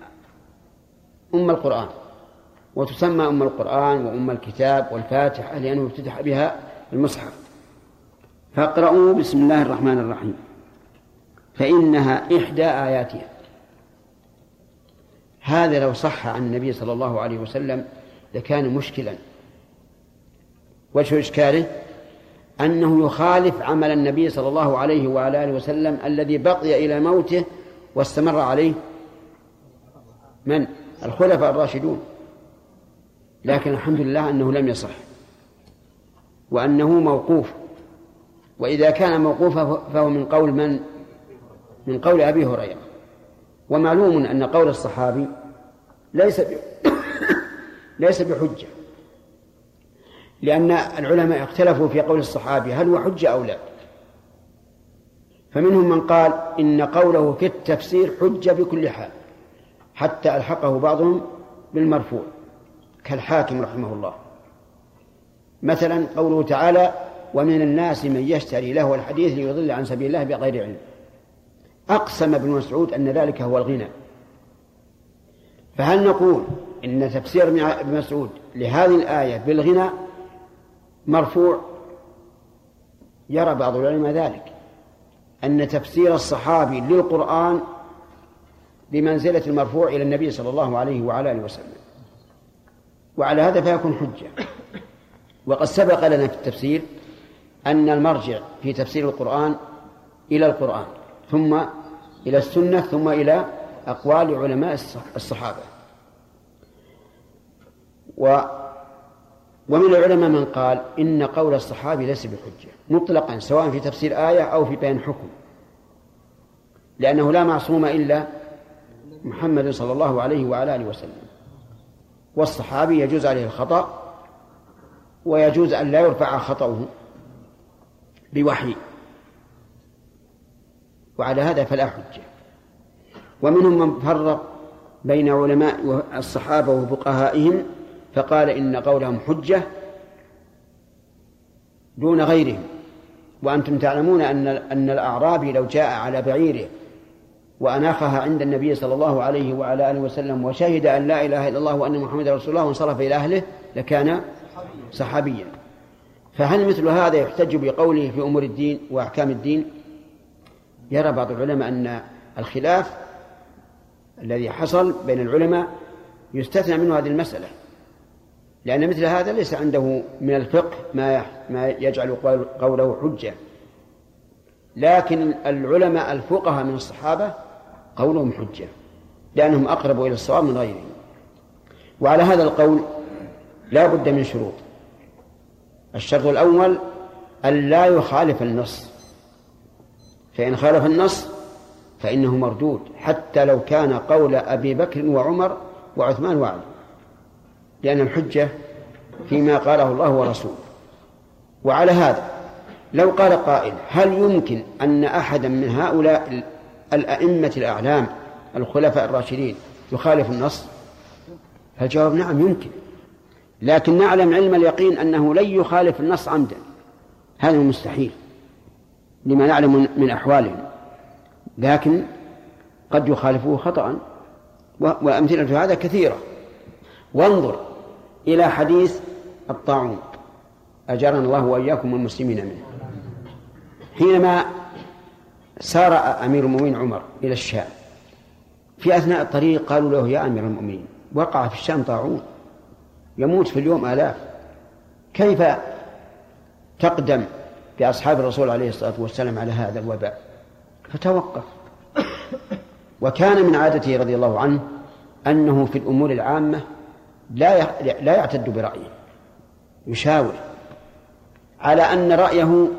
أم القرآن، وتسمى أم القرآن وأم الكتاب والفاتحة لأنه يفتتح بها المصحف. فاقرؤوا بسم الله الرحمن الرحيم فإنها إحدى آياتها. هذا لو صح عن النبي صلى الله عليه وسلم لكان مشكلا. وجه إشكاله أنه يخالف عمل النبي صلى الله عليه وعلى آله وسلم الذي بقي إلى موته واستمر عليه من الخلفاء الراشدون. لكن الحمد لله أنه لم يصح وأنه موقوف. وإذا كان موقوفا فهو من قول من من قول أبي هريرة ومعلوم أن قول الصحابي ليس ليس بحجة، لأن العلماء اختلفوا في قول الصحابي هل هو حجة أو لا. فمنهم من قال إن قوله في التفسير حجة بكل حال، حتى ألحقه بعضهم بالمرفوع كالحاكم رحمه الله. مثلا قوله تعالى ومن الناس من يشتري لهو الحديث ليضل عن سبيل الله بغير علم، أقسم ابن مسعود أن ذلك هو الغنى. فهل نقول إن تفسير ابن مسعود لهذه الآية بالغنى مرفوع؟ يرى بعض العلماء ذلك، أن تفسير الصحابي للقرآن بمنزلة المرفوع إلى النبي صلى الله عليه وعلى آله وسلم، وعلى هذا فيكون حجة. وقد سبق لنا في التفسير أن المرجع في تفسير القرآن إلى القرآن ثم إلى السنة ثم إلى أقوال علماء الصحابة. و ومن العلماء من قال إن قول الصحابي ليس بحجة مطلقا سواء في تفسير آية أو في بيان حكم، لأنه لا معصوم إلا محمد صلى الله عليه وعلى آله وسلم، والصحابي يجوز عليه الخطأ ويجوز أن لا يرفع خطأه بوحي، وعلى هذا فلا حجة. ومنهم من فرق بين علماء الصحابة وفقهائهم فقال إن قولهم حجة دون غيرهم. وأنتم تعلمون أن أن الأعرابي لو جاء على بعيره وأناخها عند النبي صلى الله عليه وعلى آله وسلم وشهد أن لا إله إلا الله وأن محمد رسول الله وانصرف إلى أهله لكان صحابيا. فهل مثل هذا يحتج بقوله في أمور الدين وأحكام الدين؟ يرى بعض العلماء أن الخلاف الذي حصل بين العلماء يستثنى منه هذه المسألة، لأن مثل هذا ليس عنده من الفقه ما ما يجعل قوله حجة. لكن العلماء الفقهاء من الصحابة قولهم حجة لأنهم أقرب إلى الصواب من غيرهم. وعلى هذا القول لا بد من شروط. الشرط الأول أن لا يخالف النص، فإن خالف النص فإنه مردود حتى لو كان قول أبي بكر وعمر وعثمان وعلي، لأن الحجة فيما قاله الله ورسوله. وعلى هذا لو قال قائل هل يمكن أن أحدا من هؤلاء الأئمة الأعلام الخلفاء الراشدين يخالف النص؟ فالجواب نعم يمكن، لكن نعلم علم اليقين أنه لن يخالف النص عمدا، هذا مستحيل لما نعلم من أحوالهم، لكن قد يخالفوه خطأ، وأمثلة هذا كثيرة. وانظر إلى حديث الطاعون أجرنا الله وإياكم والمسلمين منه، حينما سار أمير المؤمنين عمر إلى الشام في أثناء الطريق قالوا له يا أمير المؤمنين وقع في الشام طاعون يموت في اليوم آلاف، كيف تقدم بأصحاب الرسول عليه الصلاة والسلام على هذا الوباء؟ فتوقف. وكان من عادته رضي الله عنه أنه في الأمور العامة لا لا يعتد برأيه، يشاور على أن رأيه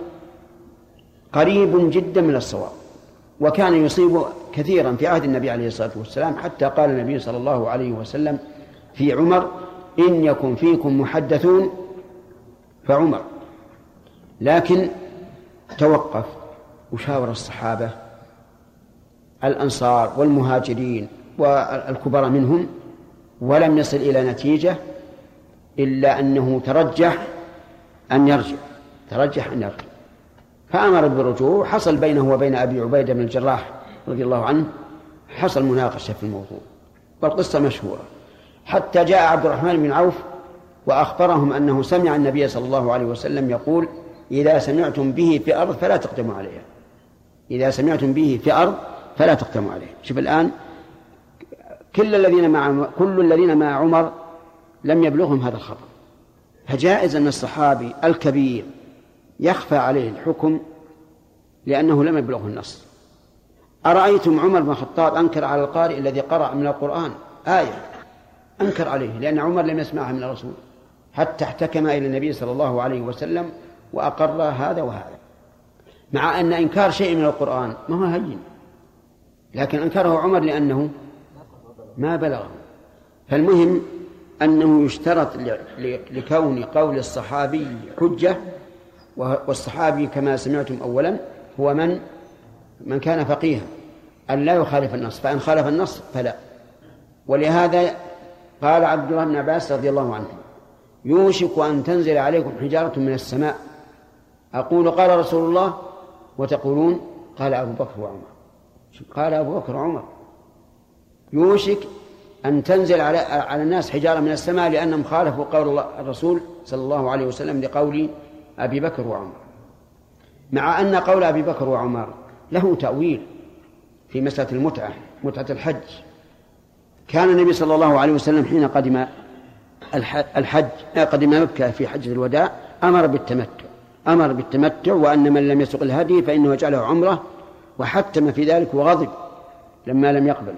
قريب جدا من الصواب، وكان يصيب كثيرا في عهد النبي عليه الصلاة والسلام، حتى قال النبي صلى الله عليه وسلم في عمر إن يكن فيكم محدثون فعمر. لكن توقف وشاور الصحابة الأنصار والمهاجرين والكبار منهم ولم يصل إلى نتيجة إلا أنه ترجح أن يرجع ترجح أن يرجع فأمر بالرجوع. حصل بينه وبين أبي عبيدة بن الجراح رضي الله عنه حصل مناقشة في الموضوع، والقصة مشهورة، حتى جاء عبد الرحمن بن عوف وأخبرهم أنه سمع النبي صلى الله عليه وسلم يقول إذا سمعتم به في أرض فلا تقدموا عليها، إذا سمعتم به في أرض فلا تقدموا عليه. شوف الآن كل الذين مع كل الذين مع عمر لم يبلغهم هذا الخبر، فجائز أن الصحابي الكبير يخفى عليه الحكم لأنه لم يبلغه النص. أرأيتم عمر بن الخطاب أنكر على القارئ الذي قرأ من القرآن آية، أنكر عليه لأن عمر لم يسمعها من الرسول، حتى احتكم إلى النبي صلى الله عليه وسلم وأقر هذا وهذا، مع أن إنكار شيء من القرآن ما هو هين، لكن أنكره عمر لأنه ما بلغه. فالمهم أنه يشترط لكون قول الصحابي حجة، والصحابي كما سمعتم أولا هو من من كان فقيها، أن لا يخالف النص، فإن خالف النص فلا. ولهذا قال عبد الله بن عباس رضي الله عنه: يوشك أن تنزل عليكم حجارة من السماء، أقول قال رسول الله وتقولون قال أبو بكر وعمر. قال أبو بكر وعمر. يوشك أن تنزل على على الناس حجارة من السماء لأنهم خالفوا قول الرسول صلى الله عليه وسلم لقول أبي بكر وعمر، مع أن قول أبي بكر وعمر له تأويل في مسألة المتعة، متعة الحج. كان النبي صلى الله عليه وسلم حين قدم الحج قدم مكة في حجة الوداع أمر بالتمتع أمر بالتمتع وأن من لم يسق الهدي فإنه يجعله عمرة، وحتم في ذلك وغضب لما لم يقبل.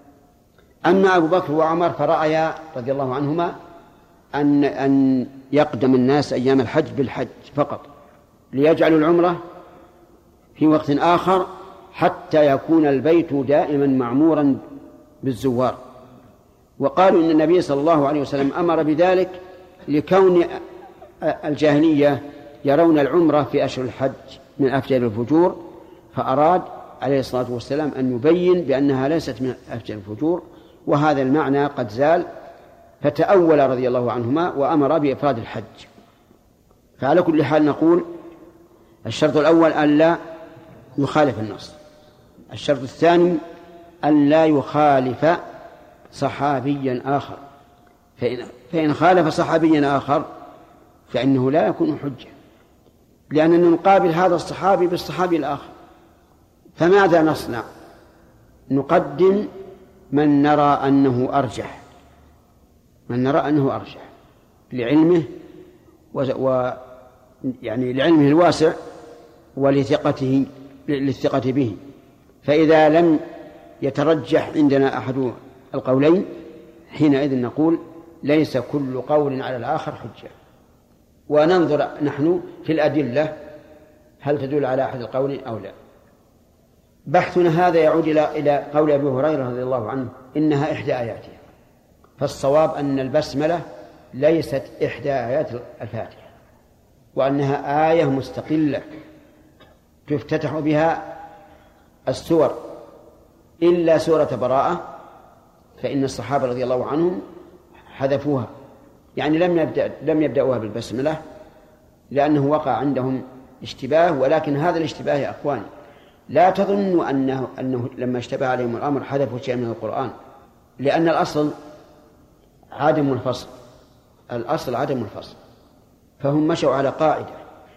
أما أبو بكر وعمر فرأيا رضي الله عنهما أن أن يقدم الناس أيام الحج بالحج فقط، ليجعلوا العمرة في وقت آخر حتى يكون البيت دائما معمورا بالزوار. وقالوا إن النبي صلى الله عليه وسلم أمر بذلك لكون الجاهلية يرون العمرة في أشهر الحج من أفجر الفجور، فأراد عليه الصلاة والسلام أن يبين بأنها ليست من أفجر الفجور، وهذا المعنى قد زال، فتأول رضي الله عنهما وأمر بإفراد الحج. فعلى كل حال نقول الشرط الأول أن لا يخالف النص، الشرط الثاني أن لا يخالف صحابيا آخر، فإن, فإن خالف صحابيا آخر فإنه لا يكون حجة، لأننا نقابل هذا الصحابي بالصحابي الآخر. فماذا نصنع؟ نقدم من نرى أنه أرجح من نرى أنه أرجح لعلمه و يعني لعلمه الواسع ولثقته للثقة به. فإذا لم يترجح عندنا أحد القولين حينئذ نقول ليس كل قول على الآخر حجة، وننظر نحن في الأدلة هل تدل على أحد القولين أو لا. بحثنا هذا يعود إلى قول أبي هريرة رضي الله عنه إنها إحدى آياتها، فالصواب أن البسملة ليست إحدى آيات الفاتحة، وأنها آية مستقلة تفتتح بها السور إلا سورة براءة، فإن الصحابة رضي الله عنهم حذفوها، يعني لم يبدأ لم يبدأوها بالبسملة لأنه وقع عندهم اشتباه. ولكن هذا الاشتباه يا أخواني لا تظنوا أنه, أنه لما اشتبه عليهم الأمر حذفوا شيئا من القرآن، لأن الأصل عدم الفصل الأصل عدم الفصل فهم مشوا على قاعدة.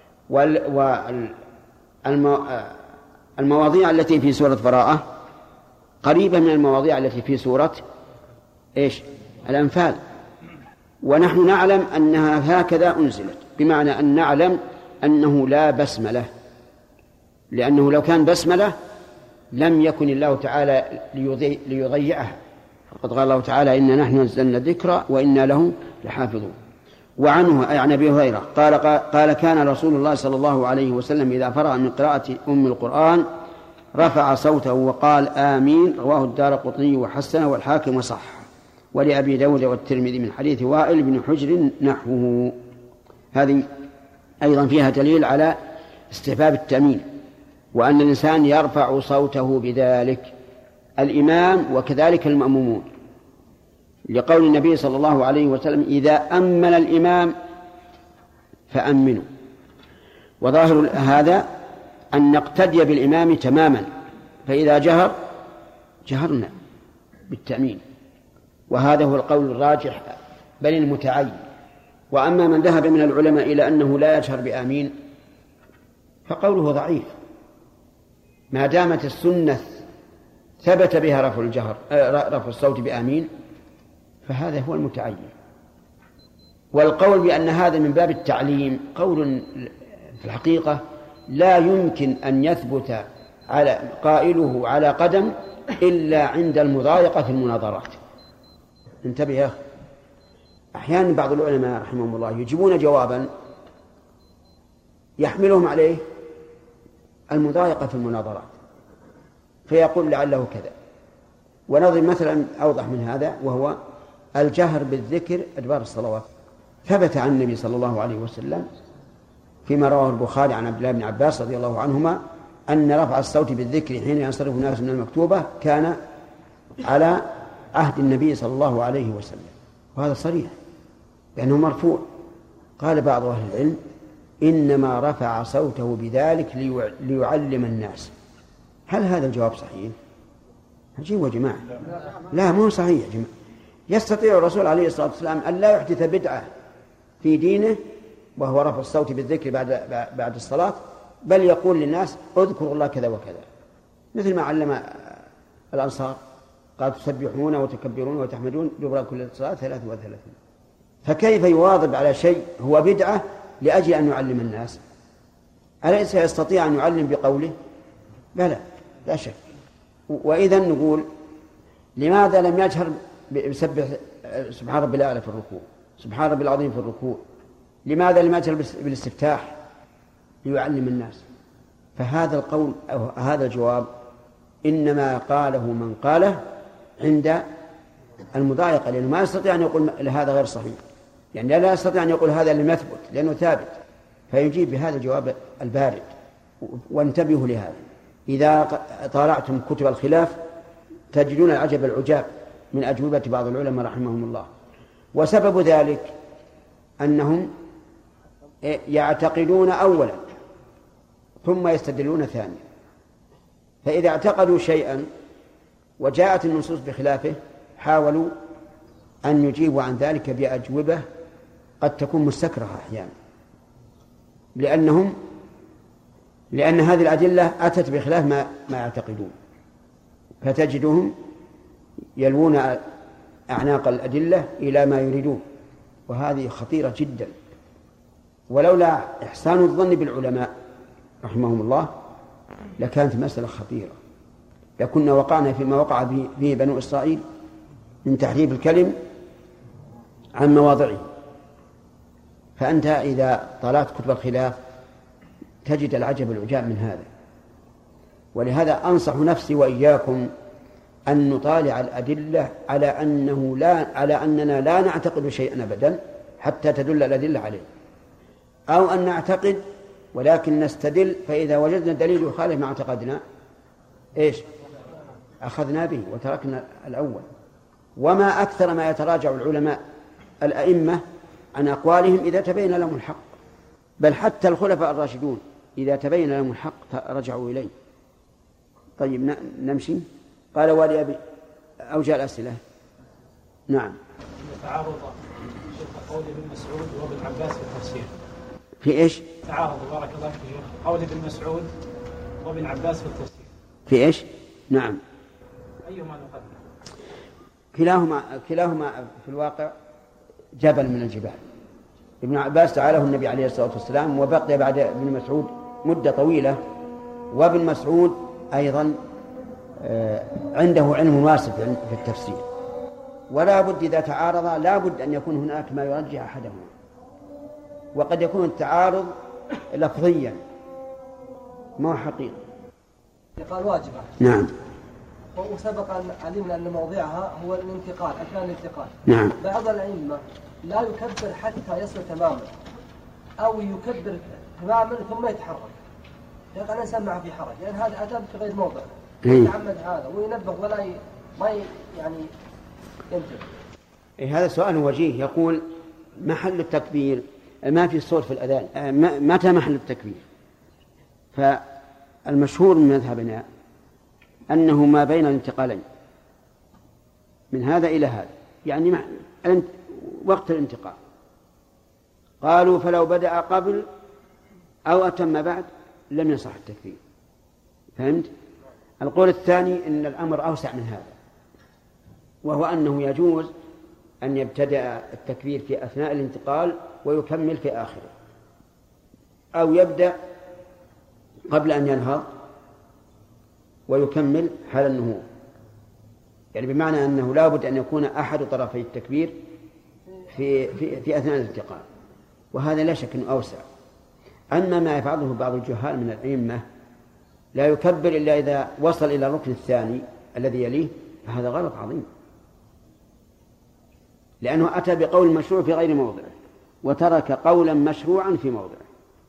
والمواضيع التي في سورة براءة قريبة من المواضيع التي في سورة إيش الأنفال، ونحن نعلم أنها هكذا أنزلت، بمعنى أن نعلم أنه لا بسملة، لأنه لو كان بسملة لم يكن الله تعالى ليضيع ليضيعها، فقد قال الله تعالى إنا نحن نزلنا الذكر وإنا له لحافظون. وعنه أي عن أبي هريرة قال قال كان رسول الله صلى الله عليه وسلم إذا فرغ من قراءة أم القرآن رفع صوته وقال آمين، رواه الدارقطني وحسنه والحاكم وصح، ولأبي داود والترمذي من حديث وائل بن حجر نحوه. هذه أيضا فيها دليل على استحباب التأمين، وأن الإنسان يرفع صوته بذلك الإمام وكذلك المأمومون، لقول النبي صلى الله عليه وسلم إذا أمن الإمام فأمنوا. وظاهر هذا أن نقتدي بالإمام تماما، فإذا جهر جهرنا بالتأمين، وهذا هو القول الراجح بل المتعين. وأما من ذهب من العلماء إلى أنه لا يجهر بآمين فقوله ضعيف، ما دامت السنة ثبت بها رفع الجهر رفع الصوت بآمين فهذا هو المتعين. والقول بأن هذا من باب التعليم قول في الحقيقة لا يمكن أن يثبت على قائله على قدم إلا عند المضايقة في المناظرات. انتبه يا أخي، أحيانا بعض العلماء رحمهم الله يجيبون جوابا يحملهم عليه المضايقة في المناظرات، فيقول لعله كذا. ونضرب مثلا أوضح من هذا، وهو الجهر بالذكر أدبار الصلوات. ثبت عن النبي صلى الله عليه وسلم فيما رواه البخاري عن عبد الله بن عباس رضي الله عنهما أن رفع الصوت بالذكر حين ينصرف الناس من المكتوبة كان على عهد النبي صلى الله عليه وسلم، وهذا صريح لأنه مرفوع. قال بعض أهل العلم إنما رفع صوته بذلك ليعلم الناس. هل هذا الجواب صحيح؟ عجيب يا جماعة. لا، مو صحيح يا جماعة. يستطيع الرسول عليه الصلاة والسلام أن لا يحدث بدعة في دينه وهو رفع الصوت بالذكر بعد بعد الصلاة، بل يقول للناس اذكروا الله كذا وكذا، مثل ما علم الأنصار قال تسبحون وتكبرون وتحمدون دبر كل صلاة ثلاث وثلاثين. فكيف يواظب على شيء هو بدعة لأجل أن يعلم الناس؟ أليس يستطيع أن يعلم بقوله؟ بلى، لا شك. وإذا نقول لماذا لم يجهر بسبح سبحان ربي الأعلى في الركوع، سبحان ربي العظيم في الركوع؟ لماذا لم يجهر بالاستفتاح ليعلم الناس؟ فهذا القول أو هذا الجواب إنما قاله من قاله عند المضايقة، لأنه ما يستطيع أن يقول هذا غير صحيح، يعني لا يستطيع أن يقول هذا لم يثبت لأنه ثابت، فيجيب بهذا الجواب البارد. وانتبهوا لهذا، إذا طالعتم كتب الخلاف تجدون العجب العجاب من أجوبة بعض العلماء رحمهم الله. وسبب ذلك أنهم يعتقدون أولا ثم يستدلون ثانيا، فإذا اعتقدوا شيئا وجاءت النصوص بخلافه حاولوا أن يجيبوا عن ذلك بأجوبة قد تكون مستكرهة أحيانا، لأنهم لأن هذه الأدلة أتت بخلاف ما ما يعتقدون، فتجدهم يلوون أعناق الأدلة إلى ما يريدون، وهذه خطيرة جدا. ولولا إحسان الظن بالعلماء رحمهم الله لكانت مسألة خطيرة، لكنا وقعنا فيما وقع به بنو إسرائيل من تحريف الكلم عن مواضعه. فأنت إذا طلعت كتب الخلاف تجد العجب العجاب من هذا. ولهذا أنصح نفسي وإياكم أن نطالع الأدلة على أنه لا على أننا لا نعتقد شيئا أبدا حتى تدل الأدلة عليه، أو أن نعتقد ولكن نستدل، فإذا وجدنا دليل يخالف ما اعتقدنا إيش أخذنا به وتركنا الأول. وما أكثر ما يتراجع العلماء الأئمة عن أقوالهم إذا تبين لهم الحق، بل حتى الخلفاء الراشدون إذا تبين لهم الحق رجعوا إليه. طيب نمشي. قال ولي أبي أوجه الأسئلة. نعم. تعارض قول ابن مسعود وابن عباس في التفسير. في إيش؟ تعارض بارك الله فيك قول ابن مسعود وابن عباس في التفسير. في إيش؟ نعم. أيهما نقدم؟ كلاهما كلاهما في الواقع جبل من الجبال. ابن عباس تعاله النبي عليه الصلاة والسلام وبقي بعد ابن مسعود مدة طويلة، وابن مسعود أيضا عنده علم واسع في التفسير، ولا بد إذا تعارض لا بد أن يكون هناك ما يرجح أحدهما، وقد يكون التعارض لفظيا ما هو حقيقي. قال واجبة. نعم. وسبق أن علمنا أن موضعها هو الانتقال، أثناء الانتقال. نعم. بعض الأئمة لا يكبر حتى يصل تماما، أو يكبر تماما ثم يتحرك، يقع الإنسان معه في حرج، لأن هذا أدب في غير موضع. يتعمد هذا وينبه ولا ي... ما ي... يعني ينتبه. إيه هذا سؤال وجيه. يقول محل التكبير ما في صوت في الأذان، متى محل التكبير؟ فالمشهور من مذهبنا أنه ما بين الانتقالين من هذا إلى هذا، يعني مع وقت الانتقال. قالوا فلو بدأ قبل أو أتم بعد لم يصح التكبير. فهمت؟ القول الثاني أن الأمر أوسع من هذا، وهو أنه يجوز أن يبتدأ التكبير في أثناء الانتقال ويكمل في آخره، أو يبدأ قبل أن ينهض ويكمل حال النهوض، يعني بمعنى أنه لا بد أن يكون أحد طرفي التكبير في, في, في أثناء الانتقال، وهذا لا شك أنه أوسع. أما ما يفعله بعض الجهال من الأئمة لا يكبر إلا إذا وصل إلى الركن الثاني الذي يليه، فهذا غلط عظيم، لأنه أتى بقول مشروع في غير موضعه وترك قولا مشروعا في موضعه.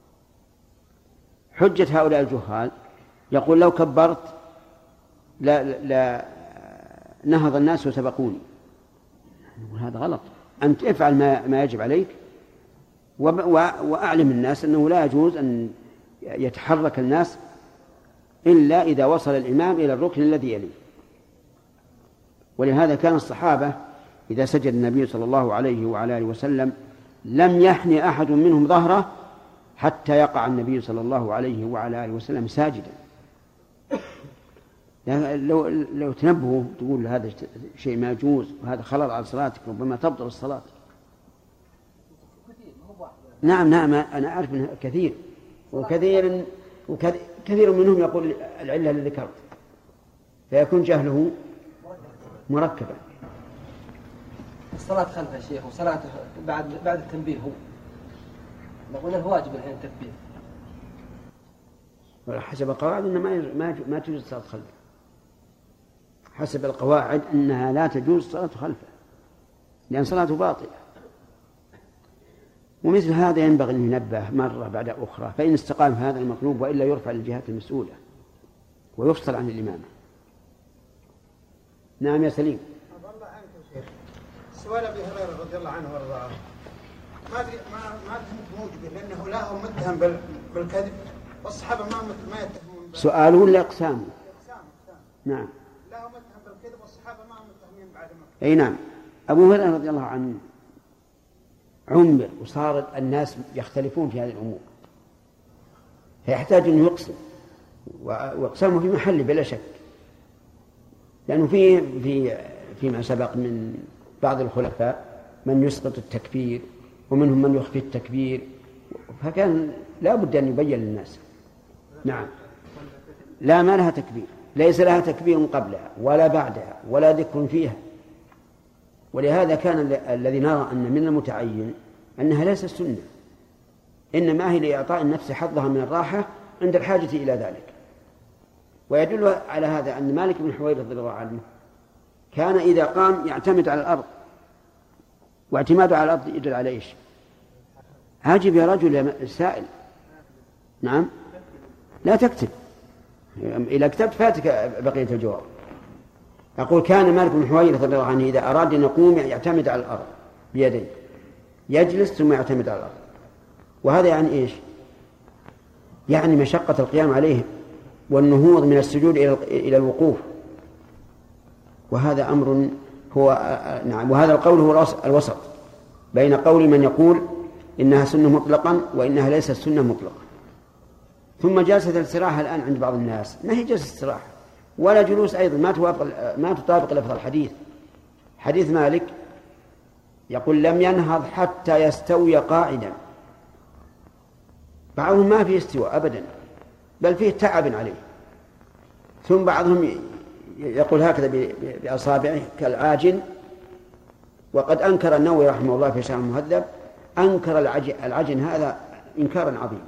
حجة هؤلاء الجهال يقول لو كبرت لا, لا نهض الناس وسبقوني، وهذا غلط. أنت افعل ما, ما يجب عليك وأعلم الناس أنه لا يجوز أن يتحرك الناس إلا إذا وصل الإمام إلى الركن الذي يليه. ولهذا كان الصحابة إذا سجد النبي صلى الله عليه وعلى آله وسلم لم يحني أحد منهم ظهره حتى يقع النبي صلى الله عليه وعلى آله وسلم ساجدا. لو, لو تنبهوا تقول هذا شيء ما يجوز وهذا خلل على صلاتك، ربما تبطل الصلاة. نعم نعم أنا أعرف منه كثير، وكثير وكثير منهم يقول العلة اللي ذكرت، فيكون جهله مركبا. الصلاة خلفه يا شيخ وصلاته بعد بعد التنبيه هو نقول له واجب الحين التكبير. حسب القواعد إن ما ما ما تجوز الصلاة خلفه. حسب القواعد إنها لا تجوز الصلاة خلفه لأن صلاته باطلة. ومثل هذا ينبغي أن ينبه مرة بعد أخرى، فإن استقام هذا المطلوب وإلا يرفع للجهات المسؤولة ويفصل عن الإمامة. نعم يا سليم. الله عنك يا شيخ. سؤال أبي هريرة رضي الله عنه وارضاه ما أدري ما ما أدري موجود لأنه لا هو متهم بالكذب والصحابة ما ما يتهمون. سؤاله ولا إقسامه؟ إقسام إقسام. نعم. لا هو متهم بالكذب والصحابة ما متهمين بعد ما. أي نعم. أبو هريرة رضي الله عنه عمر وصار الناس يختلفون في هذه الأمور، فيحتاج أن يقسم، وإقسامه في محله بلا شك، لأنه في في فيما سبق من بعض الخلفاء من يسقط التكبير ومنهم من يخفي التكبير، فكان لا بد أن يبين للناس. نعم. لا ما لها تكبير، ليس لها تكبير قبلها ولا بعدها ولا ذكر فيها. ولهذا كان الذي نرى أن من المتعين أنها ليست سنة، إنما هي لإعطاء النفس حظها من الراحة عند الحاجة إلى ذلك. ويدل على هذا أن مالك بن حويرث رضي الله عنه كان إذا قام يعتمد على الأرض، واعتماده على الأرض يدل على إيش؟ عجب يا رجل سائل. نعم لا تكتب، إذا كتبت فاتك بقية الجواب. أقول كان مالك بن حويرث رضي الله عنه إذا أراد أن يقوم يعتمد على الأرض بيديه، يجلس ثم يعتمد على الأرض. وهذا يعني إيش؟ يعني مشقة القيام عليه والنهوض من السجود إلى الوقوف، وهذا أمر هو نعم. وهذا القول هو الوسط بين قول من يقول إنها سنة مطلقا وإنها ليست سنة مطلقا. ثم جلسة الاستراحة الآن عند بعض الناس ما هي جلسة استراحة ولا جلوس أيضا، ما توافق ما تطابق لفظ الحديث. حديث مالك يقول لم ينهض حتى يستوي قاعدا. بعضهم ما فيه استواء أبدا بل فيه تعب عليه. ثم بعضهم يقول هكذا بأصابعه كالعاجن. وقد أنكر النووي رحمه الله في شرح المهذب أنكر العجن هذا إنكارا عظيما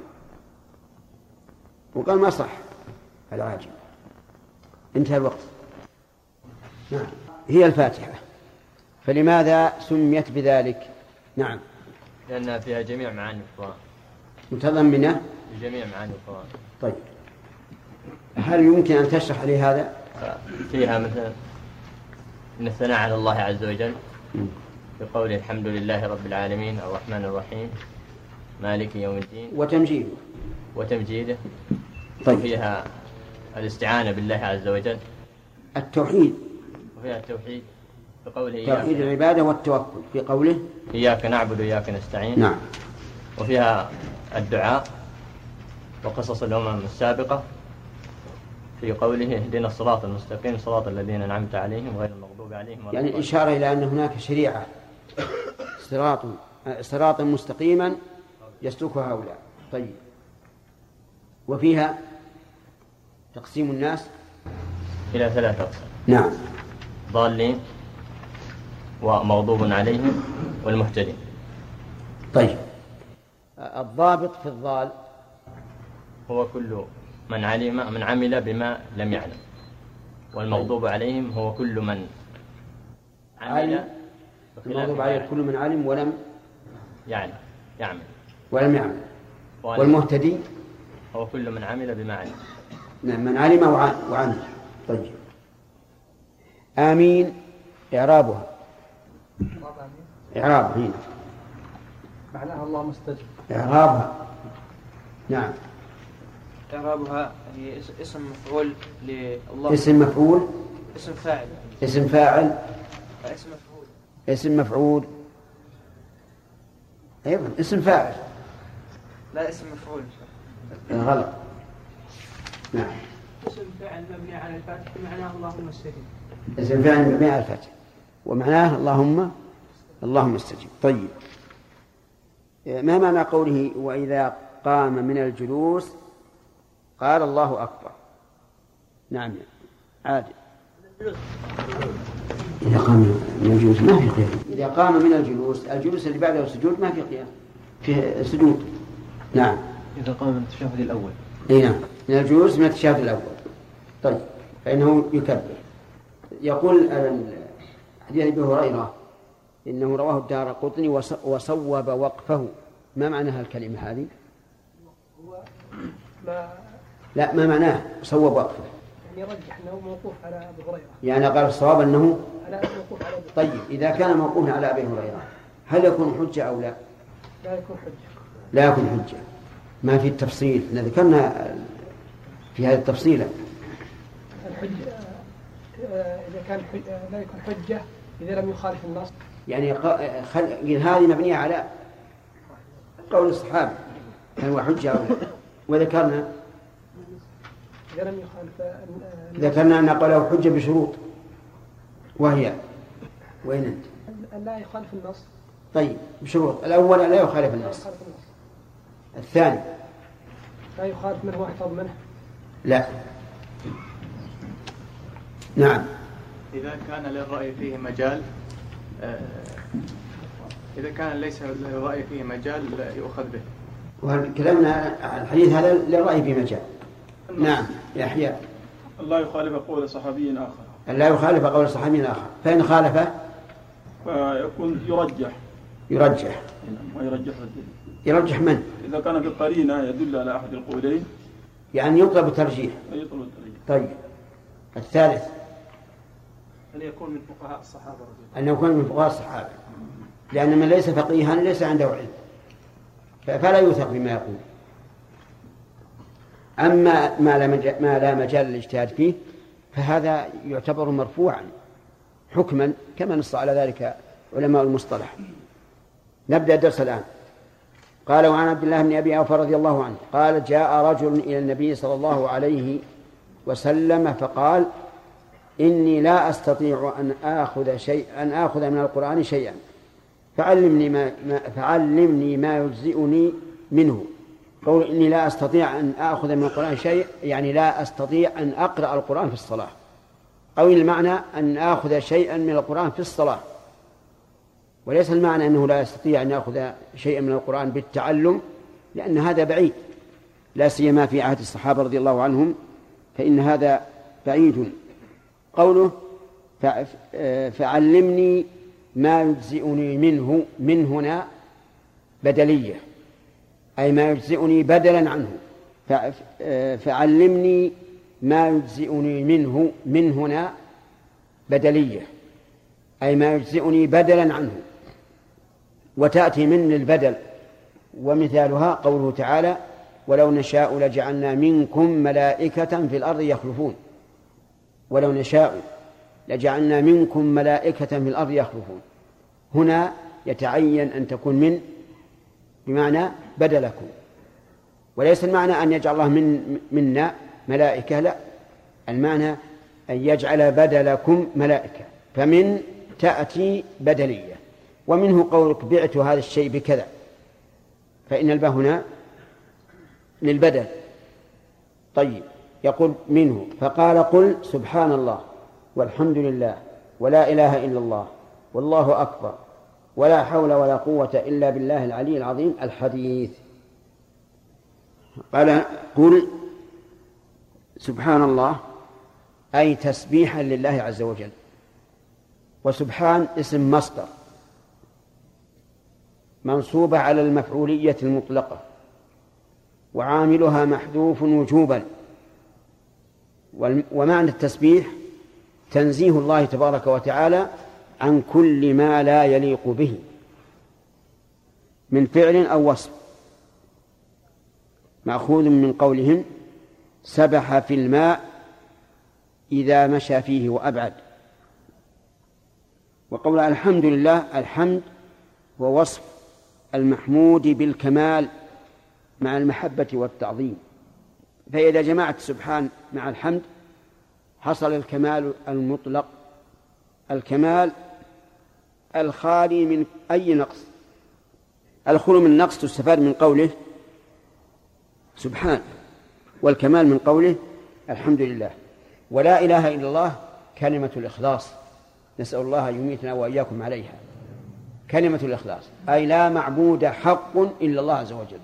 وقال ما صح العاجن. انتهى الوقت. نعم. هي الفاتحة، فلماذا سميت بذلك؟ نعم لأنها فيها جميع معاني القرآن، متضمنة جميع معاني القرآن. طيب هل يمكن أن تشرح لي هذا؟ فيها مثلا إن الثناء على الله عز وجل بقول الحمد لله رب العالمين الرحمن الرحيم مالك يوم الدين، وتمجيده وتمجيده طيب. وفيها الاستعانة بالله عز وجل، التوحيد، وفيها التوحيد بقوله توحيد العبادة والتوكل في قوله إياك نعبد وإياك نستعين. نعم. وفيها الدعاء وقصص الأمم السابقة في قوله اهدنا الصراط المستقيم صراط الذين أنعمت عليهم غير المغضوب عليهم ولا يعني الإشارة إلى أن هناك شريعة صراط صراطا مستقيما يسلكها هؤلاء. طيب وفيها تقسيم الناس إلى ثلاثة أقسام. نعم. ضالين ومغضوب عليهم والمهتدين. طيب الضابط في الضال هو كل من علم من عمل بما لم يعلم، والمغضوب عليهم هو كل من عمل. المغضوب عليه كل من علم ولم يعني يعمل ولم يعمل. والمهتدي هو كل من عمل بما علم. نعم، من علم وعمل. طيب، آمين إعرابها. إعرابها هنا معناها اللهم استجب. إعرابها نعم. إعرابها هي اسم مفعول لله. اسم مفعول. اسم فاعل. اسم فاعل. اسم مفعول. اسم مفعول. أيضا اسم فاعل. لا، اسم مفعول. غلط. نعم. اسم فاعل مبني على الفتح معناه اللهم استجب. اسم فاعل مبني على الفتح ومعناه اللهم اللهم استجب. طيب، ما معنى قوله وإذا قام من الجلوس قال الله أكبر؟ نعم عادل. إذا قام من الجلوس ما في قيام. إذا قام من الجلوس، الجلوس اللي بعده السجود ما في قيام، في سجود. نعم. إذا قام من التشهد الأول. إيه نعم، من الجلوس من التشهد الأول. طيب، فإنه يكبر. يقول حديث أبي هريرة إنه رواه الدارقطني وصوب وقفه. ما معناها الكلمة هذه؟ ما لا، ما معناه صوب وقفه؟ يعني يرجح أنه موقوف على أبي هريرة. يعني قال الصواب أنه على موقوف على أبي. طيب، إذا كان موقوفا على أبي هريرة هل يكون حجة أو لا؟ لا يكون حجة. لا يكون حجة. ما في التفصيل، ذكرنا في هذا التفصيل. الحجة إذا كان لا يكون حجة إذا لم يخالف النص. يعني خل... هذه مبنية على قول الصحابة هل هو حجة أو لا، وذكرنا إذا لم يخالف ذكرنا أن قوله حجة بشروط، وهي وين أنت؟ أن لا يخالف النص. طيب، بشروط. الأول لا يخالف النص. الثاني لا يخالف من هو أحفظ منه. لا. نعم. إذا كان للرأي فيه مجال إذا كان ليس للرأي فيه مجال يؤخذ به. وكلامنا الحديث هذا للرأي فيه مجال. نعم يحيى. الله يخالف قول صحابي آخر. لا يخالف قول صحابي آخر، فإن خالفه فيكون يرجح. يرجح. ويرجح يرجح من؟ إذا كان بقرينة يدل على أحد القولين يعني يطلب الترجيح. يطلب الترجيح. طيب، الثالث أن يكون من فقهاء الصحابة رضي الله عنهم. أن يكون من فقهاء الصحابة، لأن من ليس فقيها ليس عنده علم فلا يوثق بما يقول. أما ما لا مجال, ما لا مجال للاجتهاد فيه فهذا يعتبر مرفوعا حكما كما نص على ذلك علماء المصطلح. نبدأ الدرس الآن. قال وعن عبد الله بن أبي أوفى رضي الله عنه قال جاء رجل إلى النبي صلى الله عليه وسلم فقال إني لا أستطيع أن آخذ شيء أن آخذ من القرآن شيئا فعلمني ما, ما فعلمني ما يجزئني منه. قول إني لا أستطيع أن آخذ من القرآن شيء يعني لا أستطيع أن أقرأ القرآن في الصلاة، أو المعنى أن آخذ شيئا من القرآن في الصلاة، وليس المعنى أنه لا يستطيع أن يأخذ شيئا من القرآن بالتعلم، لأن هذا بعيد، لا سيما في عهد الصحابة رضي الله عنهم فإن هذا بعيد. قوله فعلمني ما يجزئني منه، من هنا بدلية أي ما يجزئني بدلا عنه. فعلمني ما يجزئني منه، من هنا بدلية أي ما يجزئني بدلا عنه. وتأتي من للبدل، ومثالها قوله تعالى ولو نشاء لجعلنا منكم ملائكة في الأرض يخلفون. ولو نشاء لجعلنا منكم ملائكة في الأرض يخلفون. هنا يتعين أن تكون من بمعنى بدلكم، وليس المعنى أن يجعل الله من منا ملائكة، لا، المعنى أن يجعل بدلكم ملائكة، فمن تأتي بدلية. ومنه قولك بعت هذا الشيء بكذا، فإن الباء هنا للبدل. طيب، يقول منه فقال قل سبحان الله والحمد لله ولا إله إلا الله والله أكبر ولا حول ولا قوة إلا بالله العلي العظيم. الحديث. قال قل سبحان الله أي تسبيحا لله عز وجل. وسبحان اسم مصدر منصوبة على المفعولية المطلقة وعاملها محذوف وجوبا. ومعنى التسبيح تنزيه الله تبارك وتعالى عن كل ما لا يليق به من فعل أو وصف، مأخوذ من قولهم سبح في الماء إذا مشى فيه وأبعد. وقول الحمد لله، الحمد هو وصف المحمود بالكمال مع المحبة والتعظيم، فإذا جمعت سبحان مع الحمد حصل الكمال المطلق، الكمال الخالي من أي نقص. الخلو من نقص تستفاد من قوله سبحان، والكمال من قوله الحمد لله. ولا إله إلا الله كلمة الإخلاص، نسأل الله يميتنا وإياكم عليها. كلمة الإخلاص أي لا معبود حق إلا الله عز وجل.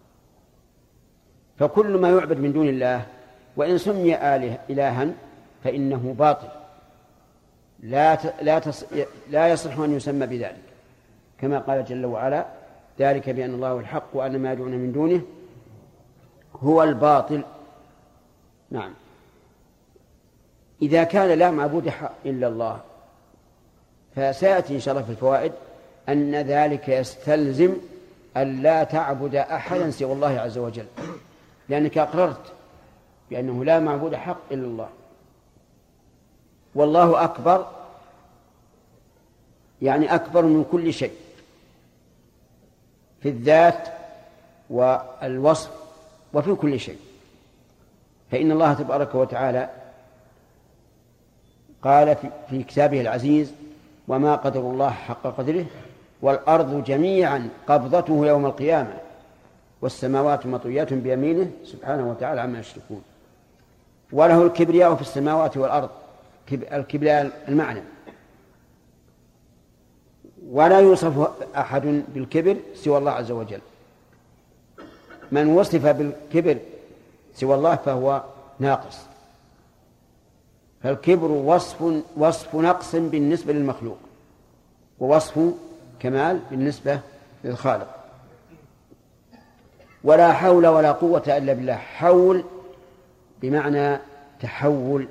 فكل ما يعبد من دون الله وإن سمي آله إلها فإنه باطل، لا لا لا يصح أن يسمى بذلك، كما قال جل وعلا ذلك بأن الله هو الحق وأن ما يدعون من دونه هو الباطل. نعم. إذا كان لا معبود حق إلا الله فسيأتي إن شاء الله في الفوائد أن ذلك يستلزم أن لا تعبد أحدا سوى الله عز وجل، لأنك أقررت بأنه لا معبود حق إلا الله. والله أكبر يعني أكبر من كل شيء في الذات والوصف وفي كل شيء. فإن الله تبارك وتعالى قال في كتابه العزيز وما قدر الله حق قدره والأرض جميعا قبضته يوم القيامة والسماوات مطويات بيمينه سبحانه وتعالى عما يشركون. وله الكبرياء في السماوات والأرض، الكبرياء المعنى. ولا يوصف أحد بالكبر سوى الله عز وجل. من وصف بالكبر سوى الله فهو ناقص. فالكبر وصف وصف نقص بالنسبة للمخلوق ووصف كمال بالنسبة للخالق. ولا حول ولا قوة إلا بالله. حول بمعنى تحول،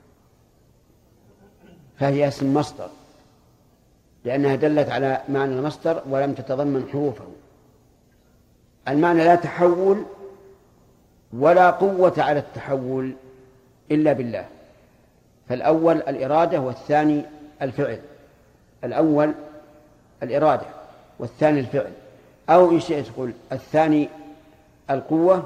فهي اسم مصدر لأنها دلت على معنى المصدر ولم تتضمن حروفه. المعنى لا تحول ولا قوة على التحول إلا بالله. فالأول الإرادة والثاني الفعل. الأول الإرادة والثاني الفعل، أو إن شئت تقول الثاني القوة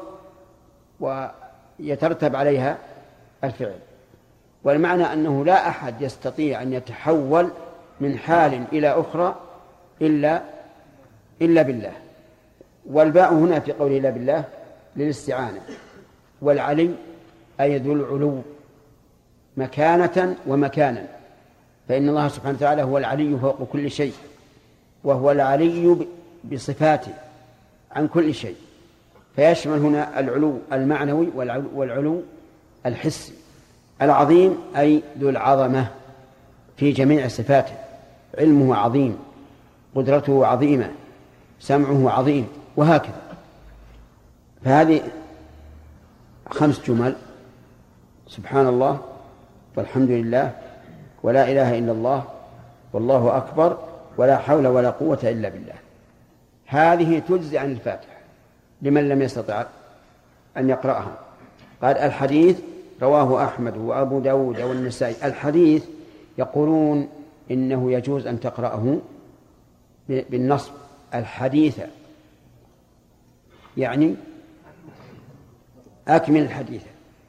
ويترتب عليها الفعل. والمعنى أنه لا أحد يستطيع أن يتحول من حال إلى أخرى إلا إلا بالله. والباء هنا في قوله إلا بالله للاستعانة. والعلي أي ذو العلو مكانة ومكانا، فإن الله سبحانه وتعالى هو العلي فوق كل شيء، وهو العلي بصفاته عن كل شيء، فيشمل هنا العلو المعنوي والعلو الحسي. العظيم أي ذو العظمة في جميع صفاته، علمه عظيم، قدرته عظيمة، سمعه عظيم، وهكذا. فهذه خمس جمل: سبحان الله، والحمد لله، ولا إله إلا الله، والله أكبر، ولا حول ولا قوة إلا بالله. هذه تجزي عن الفاتحة لمن لم يستطع أن يقرأها. قال الحديث رواه أحمد وأبو داود والنسائي. الحديث يقولون إنه يجوز أن تقرأه بالنصب، الحديث يعني أكمل الحديث،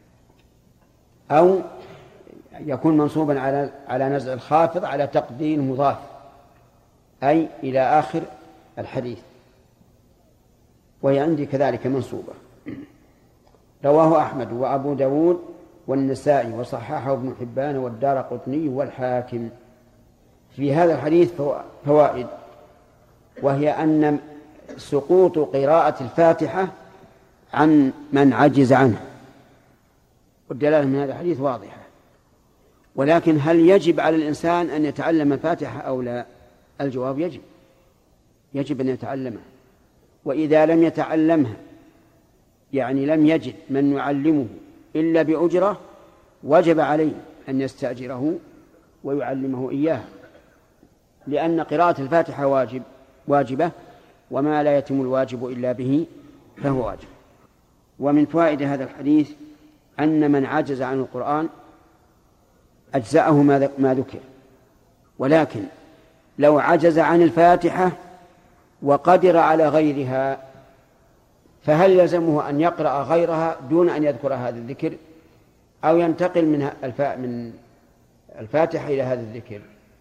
أو يكون منصوبا على على نزع الخافض على تقدير مضاف، أي إلى آخر الحديث، وهي عندي كذلك منصوبة. رواه أحمد وأبو داود والنسائي وصححه ابن حبان والدارقطني والحاكم. في هذا الحديث فوائد، وهي أن سقوط قراءة الفاتحة عن من عجز عنه، والدلالة من هذا الحديث واضحة. ولكن هل يجب على الإنسان أن يتعلم الفاتحة أو لا؟ الجواب يجب، يجب أن يتعلمها. وإذا لم يتعلمها يعني لم يجد من يعلمه إلا بأجرة وجب عليه أن يستأجره ويعلمه إياه، لأن قراءة الفاتحة واجب واجبة، وما لا يتم الواجب إلا به فهو واجب. ومن فوائد هذا الحديث أن من عجز عن القرآن أجزأه ما ذكر، ولكن لو عجز عن الفاتحة وقدر على غيرها فهل يلزمه أن يقرأ غيرها دون أن يذكر هذا الذكر، أو ينتقل من من الفاتحة إلى هذا الذكر؟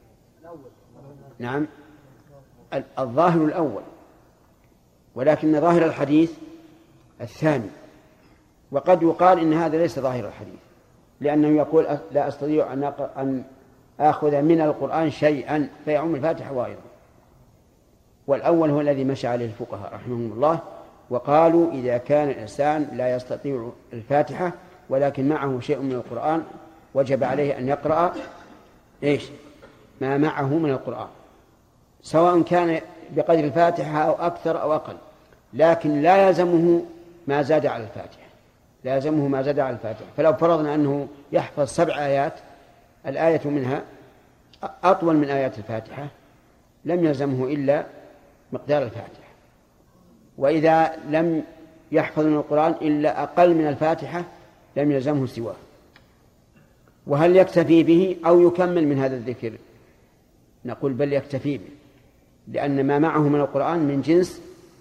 نعم، الظاهر الأول، ولكن ظاهر الحديث الثاني. وقد يقال إن هذا ليس ظاهر الحديث، لأنه يقول لا أستطيع أن آخذ من القرآن شيئا فيعم الفاتحة وأيضا. والأول هو الذي مشى عليه الفقهاء رحمهم الله، وقالوا إذا كان الإنسان لا يستطيع الفاتحة ولكن معه شيء من القرآن وجب عليه أن يقرأ إيش ما معه من القرآن، سواء كان بقدر الفاتحة أو أكثر أو أقل، لكن لا يلزمه ما زاد على الفاتحة، لا يلزمه ما زاد على الفاتحة. فلو فرضنا أنه يحفظ سبع آيات الآية منها أطول من آيات الفاتحة لم يلزمه إلا مقدار الفاتحة، وإذا لم يحفظ من القرآن إلا أقل من الفاتحة لم يلزمه سواه. وهل يكتفي به أو يكمل من هذا الذكر؟ نقول بل يكتفي به، لأن ما معه من القرآن من جنس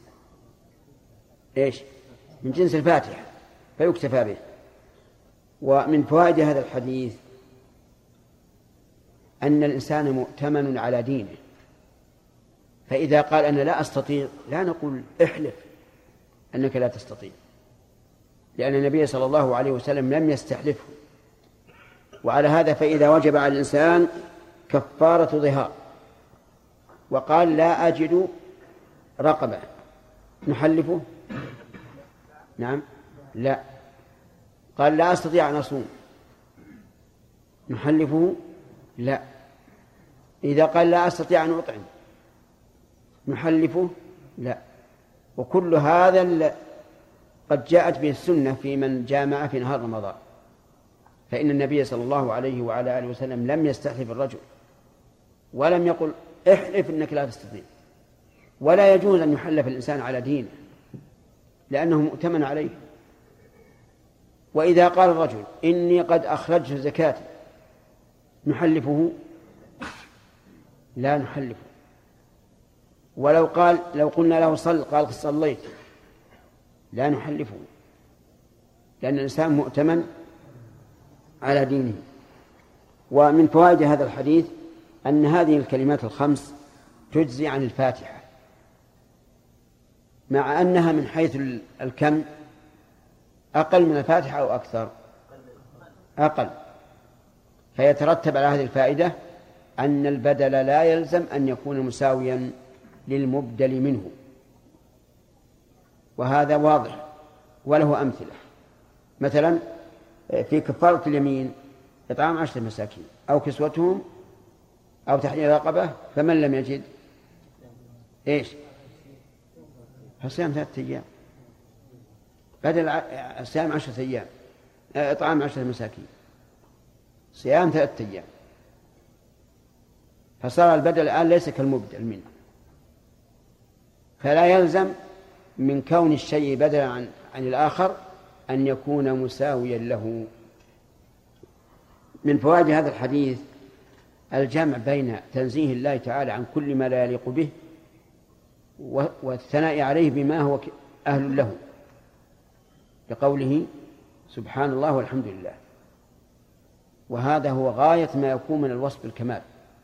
إيش؟ من جنس الفاتحة، فيكتفى به. ومن فوائد هذا الحديث أن الإنسان مؤتمن على دينه، فإذا قال أنا لا أستطيع لا نقول احلف أنك لا تستطيع، لأن النبي صلى الله عليه وسلم لم يستحلفه. وعلى هذا فإذا وجب على الإنسان كفارة ظهار وقال لا أجد رقبة نحلفه؟ نعم، لا. قال لا أستطيع أن أصوم نحلفه؟ لا. إذا قال لا أستطيع أن أطعم نحلفه؟ لا. وكل هذا قد جاءت به السنة في من جامع في نهار رمضان، فإن النبي صلى الله عليه وعلى آله وسلم لم يستحلف الرجل ولم يقل احلف إنك لا تستطيع. ولا يجوز أن يحلف الإنسان على دينه لأنه مؤتمن عليه. وإذا قال الرجل إني قد أخرجت زكاتي نحلفه؟ لا نحلفه. ولو قال لو قلنا له صل قال صليت لا نحلفه، لأن الإنسان مؤتمن على دينه. ومن فوائد هذا الحديث أن هذه الكلمات الخمس تجزي عن الفاتحة، مع أنها من حيث الكم أقل من الفاتحة أو أكثر؟ أقل. فيترتب على هذه الفائدة أن البدل لا يلزم أن يكون مساويا للمبدل منه، وهذا واضح وله أمثلة. مثلا في كفارة اليمين إطعام عشرة مساكين أو كسوتهم أو تحرير رقبة، فمن لم يجد إيش؟ فصيام ثلاثة أيام بدل صيام عشرة أيام، إطعام عشرة مساكين صيام ثلاثة أيام، فصار البدل الآن ليس كالمبدل منه. فلا يلزم من كون الشيء بدلا عن, عن الآخر أن يكون مساويا له. من فوائد هذا الحديث الجمع بين تنزيه الله تعالى عن كل ما لا يليق به والثناء عليه بما هو أهل له، بقوله سبحان الله والحمد لله، وهذا هو غاية ما يكون من الوصف بالكمال.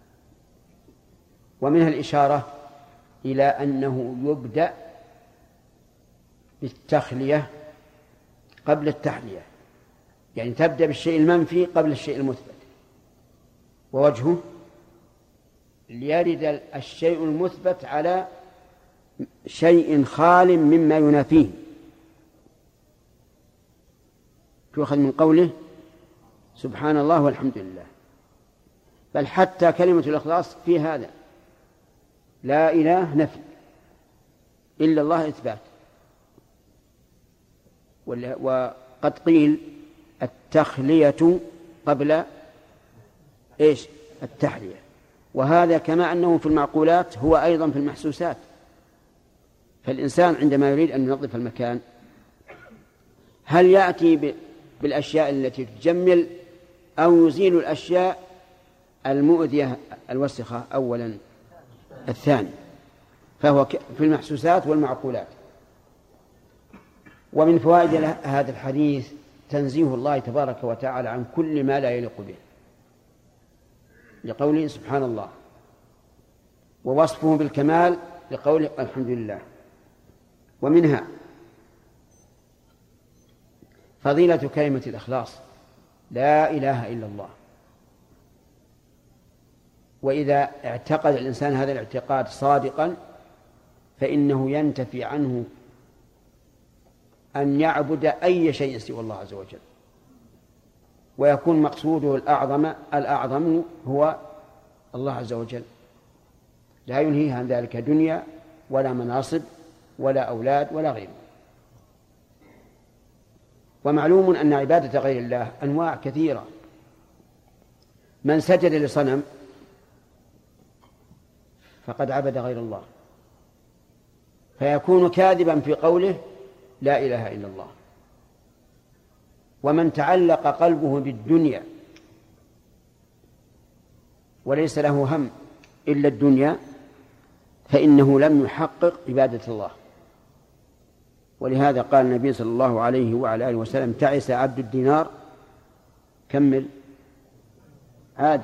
ومنها الإشارة إلى أنه يبدأ بالتخلية قبل التحلية، يعني تبدأ بالشيء المنفي قبل الشيء المثبت. ووجهه ليرد الشيء المثبت على شيء خال مما ينافيه، تؤخذ من قوله سبحان الله والحمد لله. بل حتى كلمة الإخلاص في هذا، لا إله نفي، إلا الله إثبات. وقد قيل التخلية قبل إيش؟ التحلية. وهذا كما أنه في المعقولات هو أيضا في المحسوسات. فالإنسان عندما يريد أن ينظف المكان هل يأتي بالأشياء التي تجمل أو يزيل الأشياء المؤذية الوسخة أولا؟ الثاني. فهو في المحسوسات والمعقولات. ومن فوائد هذا الحديث تنزيه الله تبارك وتعالى عن كل ما لا يليق به، لقوله سبحان الله، ووصفه بالكمال لقوله الحمد لله. ومنها فضيلة كلمة الإخلاص، لا إله إلا الله. وإذا اعتقد الإنسان هذا الاعتقاد صادقا فإنه ينتفي عنه أن يعبد أي شيء سوى الله عز وجل، ويكون مقصوده الأعظم الأعظم هو الله عز وجل، لا ينهيه عن ذلك دنيا ولا مناصب ولا أولاد ولا غيره. ومعلوم أن عبادة غير الله أنواع كثيرة. من سجد لصنم فقد عبد غير الله، فيكون كاذبا في قوله لا إله إلا الله. ومن تعلق قلبه بالدنيا وليس له هم إلا الدنيا فإنه لم يحقق عبادة الله. ولهذا قال النبي صلى الله عليه وعلى آله وسلم تعس عبد الدينار. كمل عادل.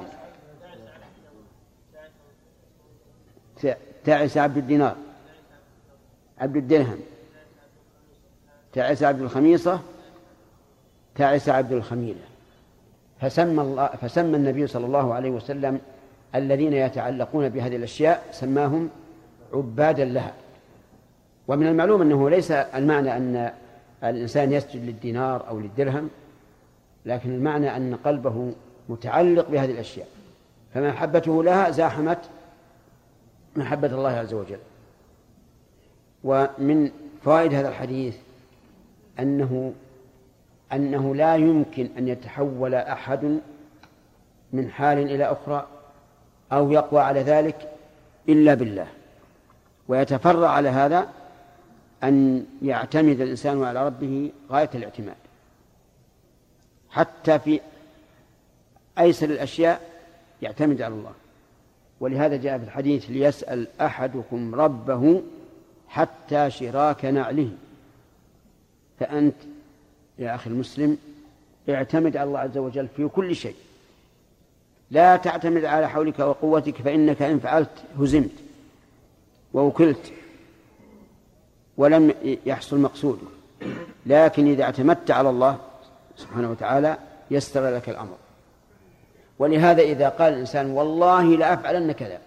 تعس عبد الدينار، عبد الدرهم، تعس عبد الخميصة، تعس عبد الخميلة. فسمى, الله فسمى النبي صلى الله عليه وسلم الذين يتعلقون بهذه الأشياء سماهم عبادا لها. ومن المعلوم أنه ليس المعنى أن الإنسان يسجد للدينار أو للدرهم، لكن المعنى أن قلبه متعلق بهذه الأشياء، فمحبته لها زاحمت محبة الله عز وجل. ومن فوائد هذا الحديث أنه أنه لا يمكن أن يتحول أحد من حال إلى أخرى أو يقوى على ذلك إلا بالله. ويتفرع على هذا أن يعتمد الإنسان على ربه غاية الاعتماد، حتى في أيسر الأشياء يعتمد على الله. ولهذا جاء في الحديث ليسأل أحدكم ربه حتى شراك نعله. فأنت يا أخي المسلم اعتمد على الله عز وجل في كل شيء، لا تعتمد على حولك وقوتك، فإنك إن فعلت هزمت ووكلت ولم يحصل مقصودك. لكن إذا اعتمدت على الله سبحانه وتعالى يسر لك الأمر. ولهذا إذا قال الإنسان والله لا أفعلن كذا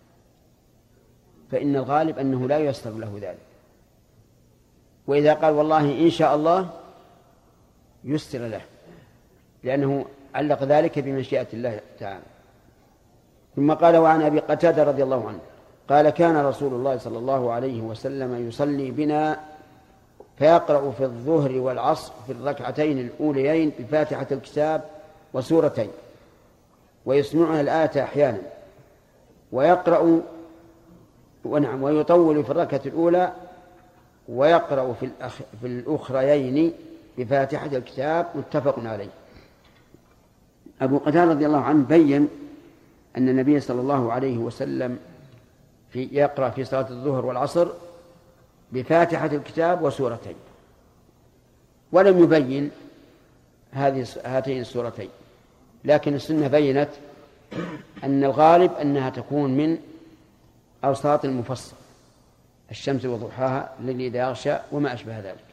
فإن الغالب أنه لا ييسر له ذلك. وإذا قال والله إن شاء الله يسر له، لأنه علق ذلك بمشيئة الله تعالى. ثم قال وعن أبي قتادة رضي الله عنه قال كان رسول الله صلى الله عليه وسلم يصلي بنا فيقرأ في الظهر والعصر في الركعتين الأوليين بفاتحة الكتاب وسورتين، ويسمعنا الآية أحيانا، ويقرأ ونعم ويطول في الركعة الأولى ويقرأ في, الأخ... في الأخريين بفاتحة الكتاب. متفق عليه. أبو قتادة رضي الله عنه بين أن النبي صلى الله عليه وسلم في يقرأ في صلاة الظهر والعصر بفاتحة الكتاب وسورتين، ولم يبين هذه هاتين السورتين، لكن السنة بينت أن الغالب أنها تكون من أوساط المفصل، الشمس وضحاها، الليل إذا يغشى، وما أشبه ذلك.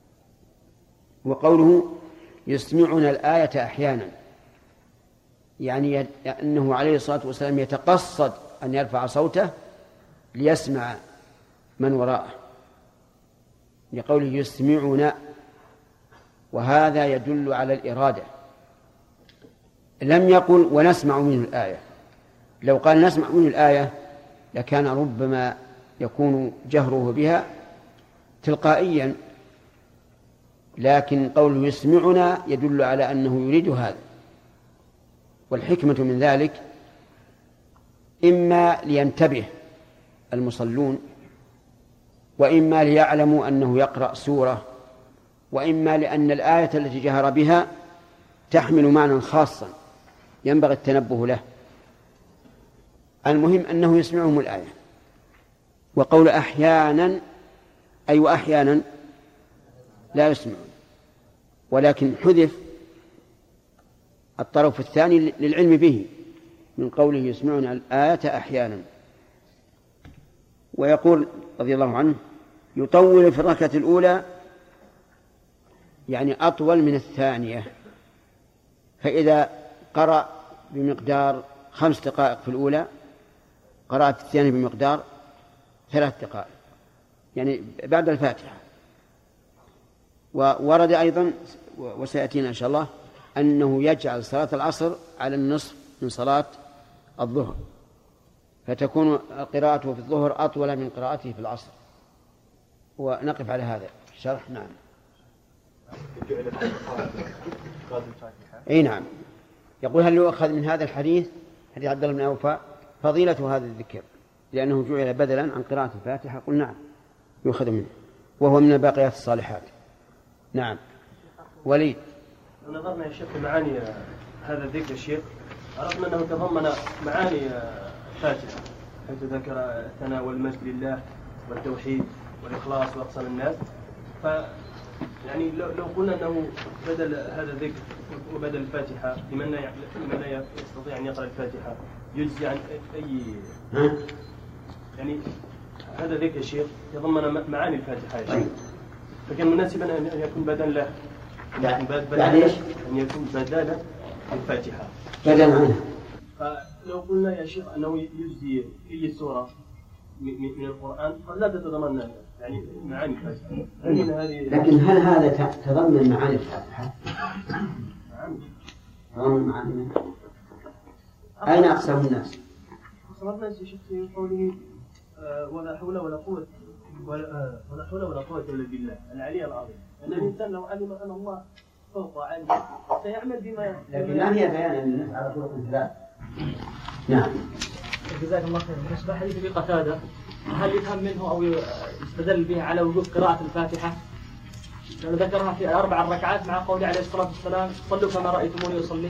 وقوله يسمعنا الآية أحيانا يعني أنه عليه الصلاة والسلام يتقصد أن يرفع صوته ليسمع من وراءه، لقوله يسمعنا، وهذا يدل على الإرادة، لم يقل ونسمع منه الآية. لو قال نسمع منه الآية لكان ربما يكون جهره بها تلقائيا، لكن قوله يسمعنا يدل على أنه يريد هذا. والحكمة من ذلك إما لينتبه المصلون، وإما ليعلموا أنه يقرأ سورة، وإما لأن الآية التي جهر بها تحمل معنى خاصا ينبغي التنبه له. المهم أنه يسمعهم الآية. وقول أحيانا أي وأحيانا لا يسمعون، ولكن حذف الطرف الثاني للعلم به من قوله يسمعون الآية أحيانا. ويقول رضي الله عنه يطول في الركعة الأولى يعني أطول من الثانية، فإذا قرأ بمقدار خمس دقائق في الأولى قرأ في الثانية بمقدار ثلاث دقائق يعني بعد الفاتحة. وورد أيضا وسيأتينا إن شاء الله أنه يجعل صلاة العصر على النصف من صلاة الظهر، فتكون قراءته في الظهر أطول من قراءته في العصر. ونقف على هذا الشرح. نعم. أي نعم. يقول هل يؤخذ من هذا الحديث حديث عبد الله بن أوفى فضيلة هذا الذكر لأنه جعل بدلا عن قراءة الفاتحة؟ قل نعم يؤخذ منه، وهو من الباقيات الصالحات. نعم. وليد. لو نظرنا يا شيخ معاني هذا الذكر الشيخ عرفنا أنه تضمن معاني الفاتحة، حيث ذكر الثناء والمجد لله والتوحيد والإخلاص وأقسام الناس. ف يعني لو قلنا أنه بدل هذا الذكر وبدل الفاتحة لمن لا يستطيع أن يقرأ الفاتحة يجزي عن أي يعني هذا الذكر يا شيخ يضمن معاني الفاتحة يا شيخ، فكان مناسبا أن يكون بدلا له أن يكون بدلا الفاتحة بدلا عنها. فلو قلنا يا شيخ أنه يجزي أي سورة من القرآن قد لا تتضمن يعني معاني الفاتحة، لكن هل هذا تضمن معاني الفاتحة؟ تضمن معاني. أين أقسام الناس؟ أقسام الناس يا شيخ في قوله ولا حول ولا قوة ولا ولا حول ولا قوة إلا بالله العلي العظيم، أن الإنسان لو علم أن الله فوق عليه سيعمل بما. لكن ما هي بيان أن على طرق ثلاث. نعم. جزاك الله خير. بالنسبة لحديث أبي قتادة هل يفهم منه أو يستدل به على وجوب قراءة الفاتحة؟ لأنه ذكرها في أربع ركعات مع قوله عليه الصلاة والسلام صلوا كما رأيتموني أصلي.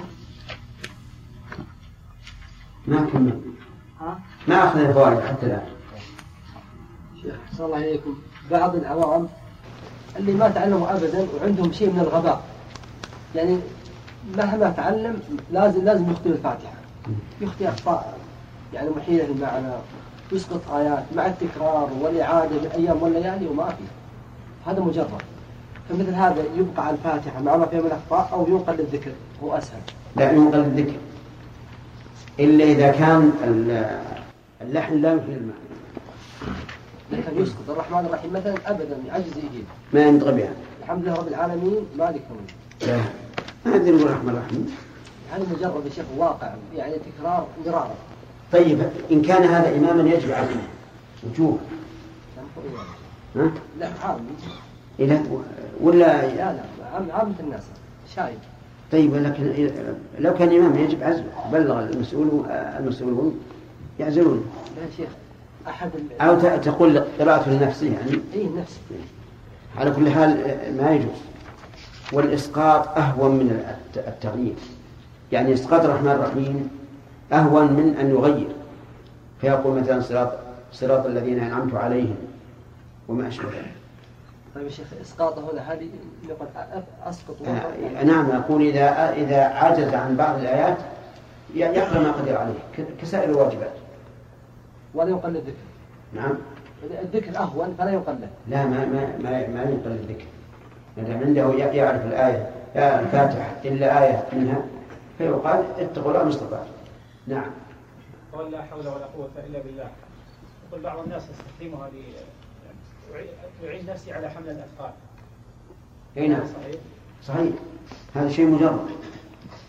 ما كمل. ها؟ ما أخذ الفوائد حتى الآن. شيخ صلى الله عليكم، بعض العوام اللي ما تعلموا أبدا وعندهم شيء من الغباء، يعني مهما تعلم لازم لازم يخطئ الفاتحة، يخطئ أخطاء يعني محيلة المعنى، يسقط آيات مع التكرار والإعادة بالأيام والليالي وما في هذا مجرد. فمثل هذا يبقى على الفاتحة مع ما فيها من أخطاء أو ينقل الذكر هو أسهل. لا ينقل الذكر إلا إذا كان اللحن لا يفهم المعنى. لكن يسقط الرحمن الرحيم مثلا أبدا يعجز يجيب ما ينطق بها الحمد لله رب العالمين مالك الملك. لا ما أدري يقول الرحمن الرحيم. هذا مجرد يا شيخ واقع يعني تكرار مرارا. طيب إن كان هذا إماما يجب عليه وجوب. ها؟ لا عام. إيه ولا لا لا عام عامة الناس شايب. طيب لكن لو كان إماما يجب عزله، بلغ المسؤول المسؤولون يعزلون. لا شيخ أحد أو تقول قراءة لنفسه يعني. إيه نفسه. على كل حال ما يجوز. والإسقاط أهون من التغيير، يعني إسقاط الرحمن الرحيم أهون من أن يغير فيقول مثلا صراط صراط الذين أنعمت عليهم وما أشبه ذلك. طيب يا شيخ إسقاطه هنا هذه لقد أسقط. آه نعم أقول إذا إذا عجز عن بعض الآيات يقرأ ما قدر عليه كسائر الواجبات. ولا يقل الذكر. نعم. الذكر أهون فلا يقل. لا ما ما ما, ما يقل الذكر. يعني عنده يعرف الآية يا الفاتحة إلا آية منها فيقال اتقوا الله ما استطعتم. نعم. قال لا حول ولا قوة إلا بالله. يقول بعض الناس يستخدمها لي يعين نفسي على حمل الأثقال. أي نعم. صحيح. صحيح. هذا شيء مجرد.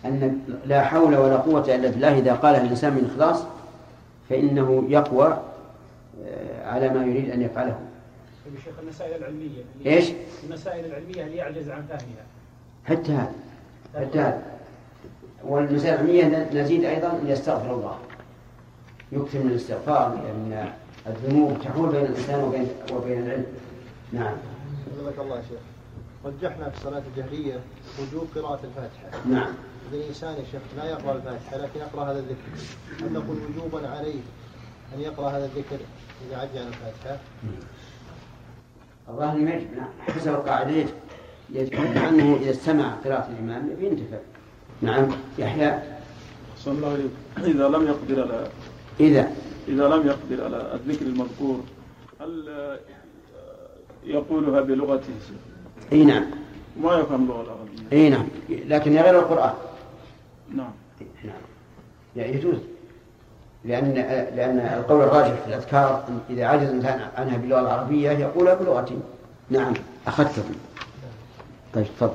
أن لا حول ولا قوة إلا بالله إذا قالها الإنسان من إخلاص فإنه يقوى على ما يريد أن يفعله. يا شيخ المسائل العلمية إيش؟ المسائل العلمية اللي يعجز عن فهمها. حتى هذا حتى هذا والمسائل العلمية نزيد أيضا أن يستغفر الله، يكثر من الاستغفار لأن الذنوب تحول بين الإنسان وبين وبين العلم. نعم. جزاك الله يا شيخ. رجحنا في الصلاة الجهرية وجوب قراءة الفاتحة. نعم. إذا الإنسان يا شيخ لا يقرأ الفاتحة لكن يقرأ هذا الذكر، هل نقول وجوبا عليه أن يقرأ هذا الذكر إذا عجز عن الفاتحة؟ الظاهر يجب. نعم. حسب القاعدة يجب عنه إذا استمع قراءة الإمام ينتفع. نعم. يحيى. صلى الله عليه وسلم. إذا لم يقدر على إذا إذا لم يقدر على الذكر المذكور هل يقولها بلغته؟ اي نعم. ما يفهم اللغة العربية. اي نعم، لكن غير القرآن. نعم. نعم. يعني يجوز، لأن لأن القول الراجح في الأذكار إذا عجز الإنسان عنها باللغة العربية يقولها بلغته. نعم. أخذتكم. طيب تفضل.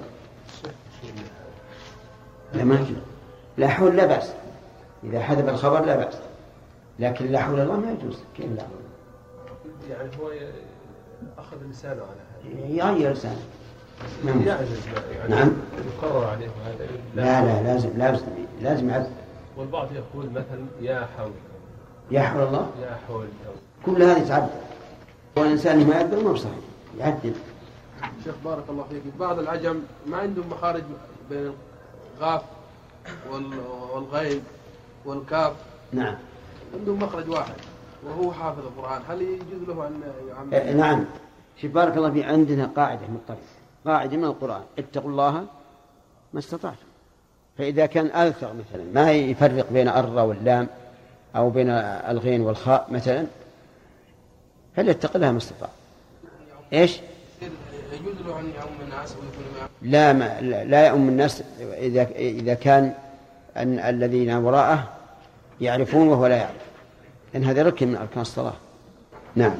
لا ما يجوز. لا حول لا بأس، إذا حذف الخبر لا بأس، لكن لا حول الله ما يجوز. كيف لا حول؟ يعني هو أخذ لسانه على هذا. يغير لسانه. نعم. يعني نعم. يقرر عليه هذا. لا لا لازم لازم لازم يعد. والبعض يقول مثلا يا حول. يا حول الله. يا حول. كل هذه تعدل. والإنسان ما يقدر ما بصحيح يعدل. شيخ بارك الله فيك، بعض العجم ما عندهم مخارج بين الغاف والغين والكاف. نعم. عندهم مخرج واحد وهو حافظ القرآن، هل يجوز له أن يعمل؟ أه نعم. شوف بارك الله في عندنا قاعدة مضطردة، قاعدة من القرآن: اتقوا الله ما استطعتم. فإذا كان ألثغ مثلا ما يفرق بين الراء واللام أو بين الغين والخاء مثلا فليتق الله ما استطاع. إيش؟ يجوز له أن يعم الناس ويكون معه؟ لا ما لا يؤم الناس إذا إذا كان أن الذين وراءه يعرفون وهو لا يعرف، إن هذا ركن من أركان الصلاة. نعم.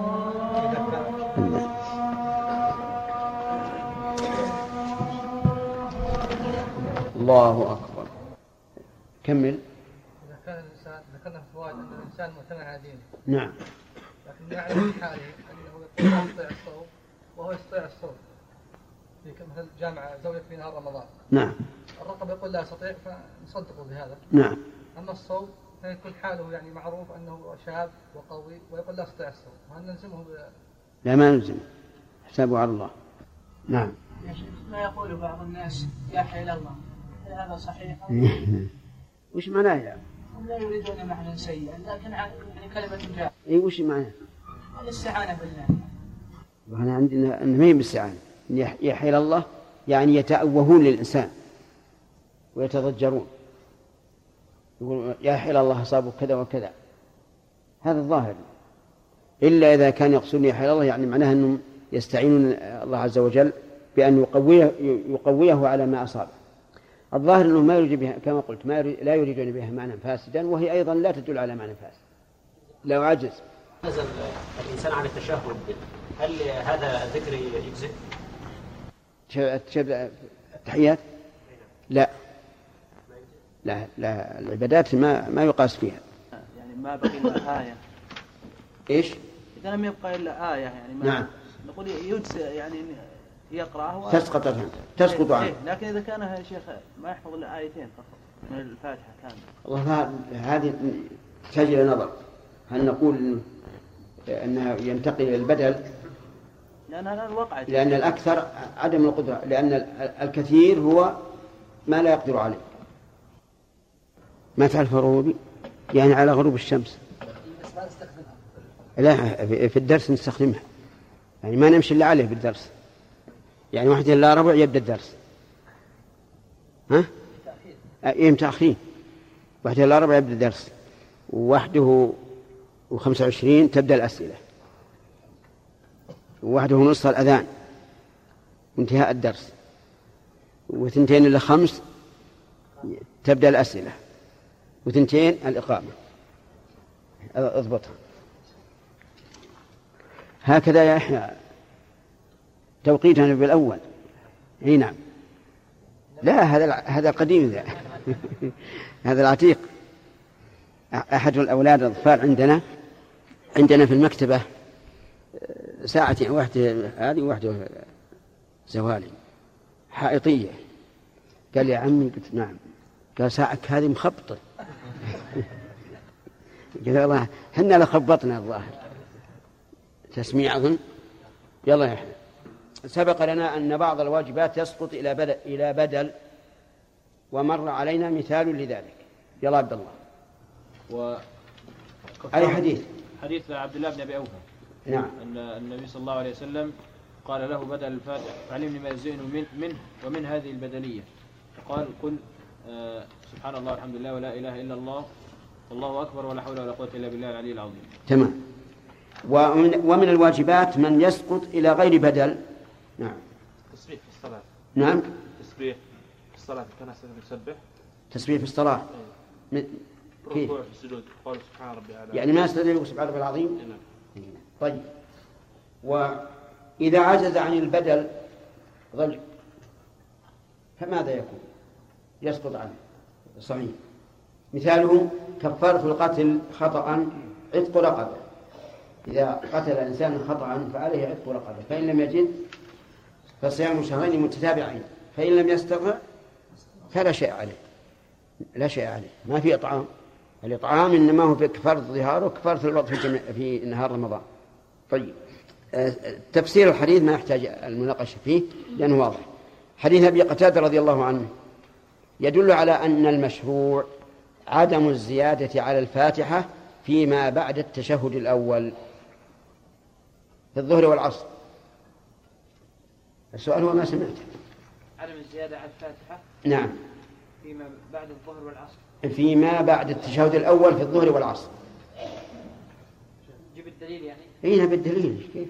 الله أكبر. كمل. إذا كان الإنسان ذكرنا في الفوائد أن الإنسان معتمد على دينه. نعم. لكن يعلم في حاله أنه لا يستطيع الصوم وهو يستطيع الصوم. في مثل جامعة زوجة في نهار رمضان. نعم. الرقم يقول لا يستطيع فنصدقه بهذا. نعم. أما الصوم فيكون حاله يعني معروف أنه شاب وقوي ويقول لا يستطيع الصوم، وهل نلزمه ب... لا ما نلزمه، حسابه على الله. نعم. يا شيخ ما يقول بعض الناس يا حي الله، هل هذا صحيح؟ وش معناه يعني؟ هم لا يريدون معنى سيئا لكن يعني كلمة جاء. اي وش معناه؟ الاستعانة بالله. وأنا عندنا أن ما هي بالاستعانة، يا حي الله يعني يتأوهون للإنسان ويتضجرون، يقول يا حي الله أصابه كذا وكذا، هذا الظاهر. إلا إذا كان يقصدون يا حي الله يعني معناه أنهم يستعينون الله عز وجل بأن يقويه, يقويه على ما أصابه. الظاهر أنه ما يريد بها كما قلت ما يريد لا يريدون بها معنى فاسدا، وهي أيضا لا تدل على معنى فاسد لو عجز. نزل الإنسان عن التشهد، هل هذا الذكر يجزئ؟ التحيات؟ لا لا لا العبادات ما ما يقاس فيها. يعني ما بقي إلا آية. إيش؟ إذا لم يبقى إلا آية يعني ما نعم. نقول يجزئ يعني يقرأه تسقط عنه تسقط عنه. لكن إذا كان يا شيخ ما يحفظ إلا آيتين فقط من الفاتحة كاملة. والله هذه تحتاج إلى نظر. هل نقول أنها ينتقل إلى البدل؟ لأن هذا الواقع. لأن الأكثر عدم القدرة، لأن الكثير هو ما لا يقدر عليه. ما تعرف غروبي يعني على غروب الشمس. لا في الدرس نستخدمها، يعني ما نمشي إلا عليه بالدرس. يعني واحد إلا ربع يبدأ الدرس. ها؟ إيه تأخير. واحد إلا ربع يبدأ الدرس، وواحده وخمسة وعشرين تبدأ الأسئلة، وواحده ونصف الأذان وانتهاء الدرس، وثنتين إلى خمس تبدأ الأسئلة، وثنتين الإقامة. اضبطها هكذا يا يحيى توقيتنا بالأول. اي نعم. لا هذا هذا قديم ذا. هذا العتيق. أحد الأولاد الأطفال عندنا عندنا في المكتبة ساعة واحدة هذه واحدة زوالي حائطية. قال يا عمي، قلت نعم. قال ساعك هذه مخبطة. قال الله هنا لخبطنا الظاهر تسميع أظن. يلا يا أحمد. سبق لنا أن بعض الواجبات يسقط إلى بدل, إلى بدل ومر علينا مثال لذلك. يلا عبد الله. و... أي حديث؟ حديث عبد الله بن أبي أوفى. نعم. أن النبي صلى الله عليه وسلم قال له بدل الفاتحة علمني ما يزين من منه ومن هذه البدلية. قال قل آه سبحان الله والحمد لله ولا إله إلا الله والله أكبر ولا حول ولا قوة إلا بالله العلي العظيم. تمام. ومن, ومن الواجبات من يسقط إلى غير بدل. نعم. تسبيح في الصلاة. نعم. تسبيح في الصلاة كان يسبح. تسبيح في الصلاة. في الركوع في السجود قول سبحان ربي العظيم. يعني ما يستدل سبحان ربي العظيم. نعم. طيب. وإذا عجز عن البدل ظل فماذا يكون؟ يسقط عنه. صحيح. مثاله كفارة القتل خطأ عتق رقبة. إذا قتل إنسان خطأ فعليه عتق رقبة، فإن لم يجد فصيام شهرين متتابعين، فإن لم يستطع فلا شيء عليه. لا شيء عليه، ما في إطعام. الإطعام إنما هو في كفارة الظهار وكفارة الوقت في, في نهار رمضان. طيب. تفسير الحديث ما يحتاج المناقشة فيه لأنه واضح. حديث أبي قتادة رضي الله عنه يدل على أن المشروع عدم الزيادة على الفاتحة فيما بعد التشهد الأول في الظهر والعصر. السؤال هو ما سمعت. عدم الزيادة على الفاتحة. نعم. فيما بعد الظهر والعصر. فيما بعد التشهد الأول في الظهر والعصر. جيب الدليل يعني. إيه بالدليل كيف؟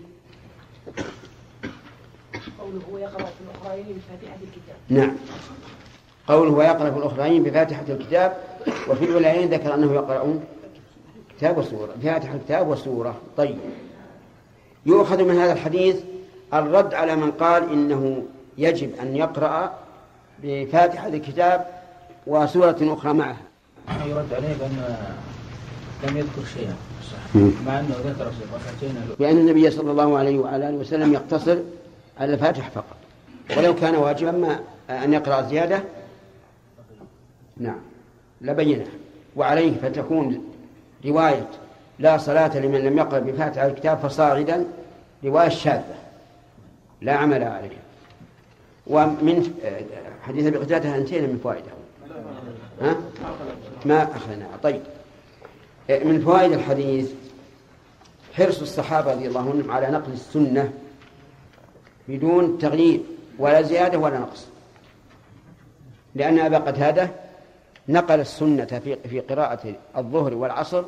قوله هو يقرأ في الأخرين بفاتحة الكتاب. نعم. قوله هو يقرأ في الأخرين بفاتحة الكتاب، وفي الأولين ذكر أنه يقرأون كتاب وسورة، فاتحة الكتاب وسورة. طيب. يؤخذ من هذا الحديث الرد على من قال إنه يجب أن يقرأ بفاتحة الكتاب وسورة أخرى معها. يرد عليه بأن لم يذكر شيئا مع أنه ذكر ركعتين، بأن النبي صلى الله عليه وعلى آله وسلم يقتصر على الفاتحة فقط، ولو كان واجبا ما أن يقرأ زيادة نعم لبينه. وعليه فتكون رواية لا صلاة لمن لم يقرأ بفاتحة الكتاب فصاعدا رواية شاذة لا عمل عليها. ومن حديث أبي قتادة انتهينا من فوائده. ها؟ ما أخذنا. طيب. من فوائد الحديث حرص الصحابة رضي الله عنهم على نقل السنة بدون تغيير ولا زيادة ولا نقص، لأن أبا قتادة نقل السنة في في قراءة الظهر والعصر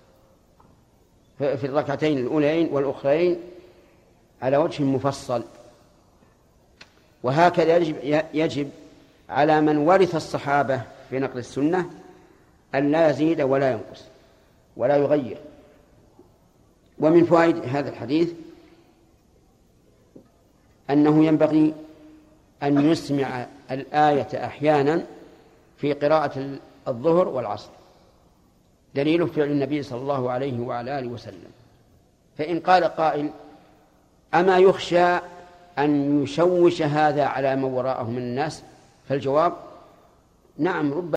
في الركعتين الأولين والأخرين على وجه مفصل. وهكذا يجب يجب على من ورث الصحابة في نقل السنة أن لا يزيد ولا ينقص ولا يغير. ومن فوائد هذا الحديث أنه ينبغي أن يسمع الآية أحيانا في قراءة الظهر والعصر، دليل فعل النبي صلى الله عليه وعلى آله وسلم. فإن قال قائل أما يخشى أن يشوش هذا على من وراءه من الناس، فالجواب نعم ربما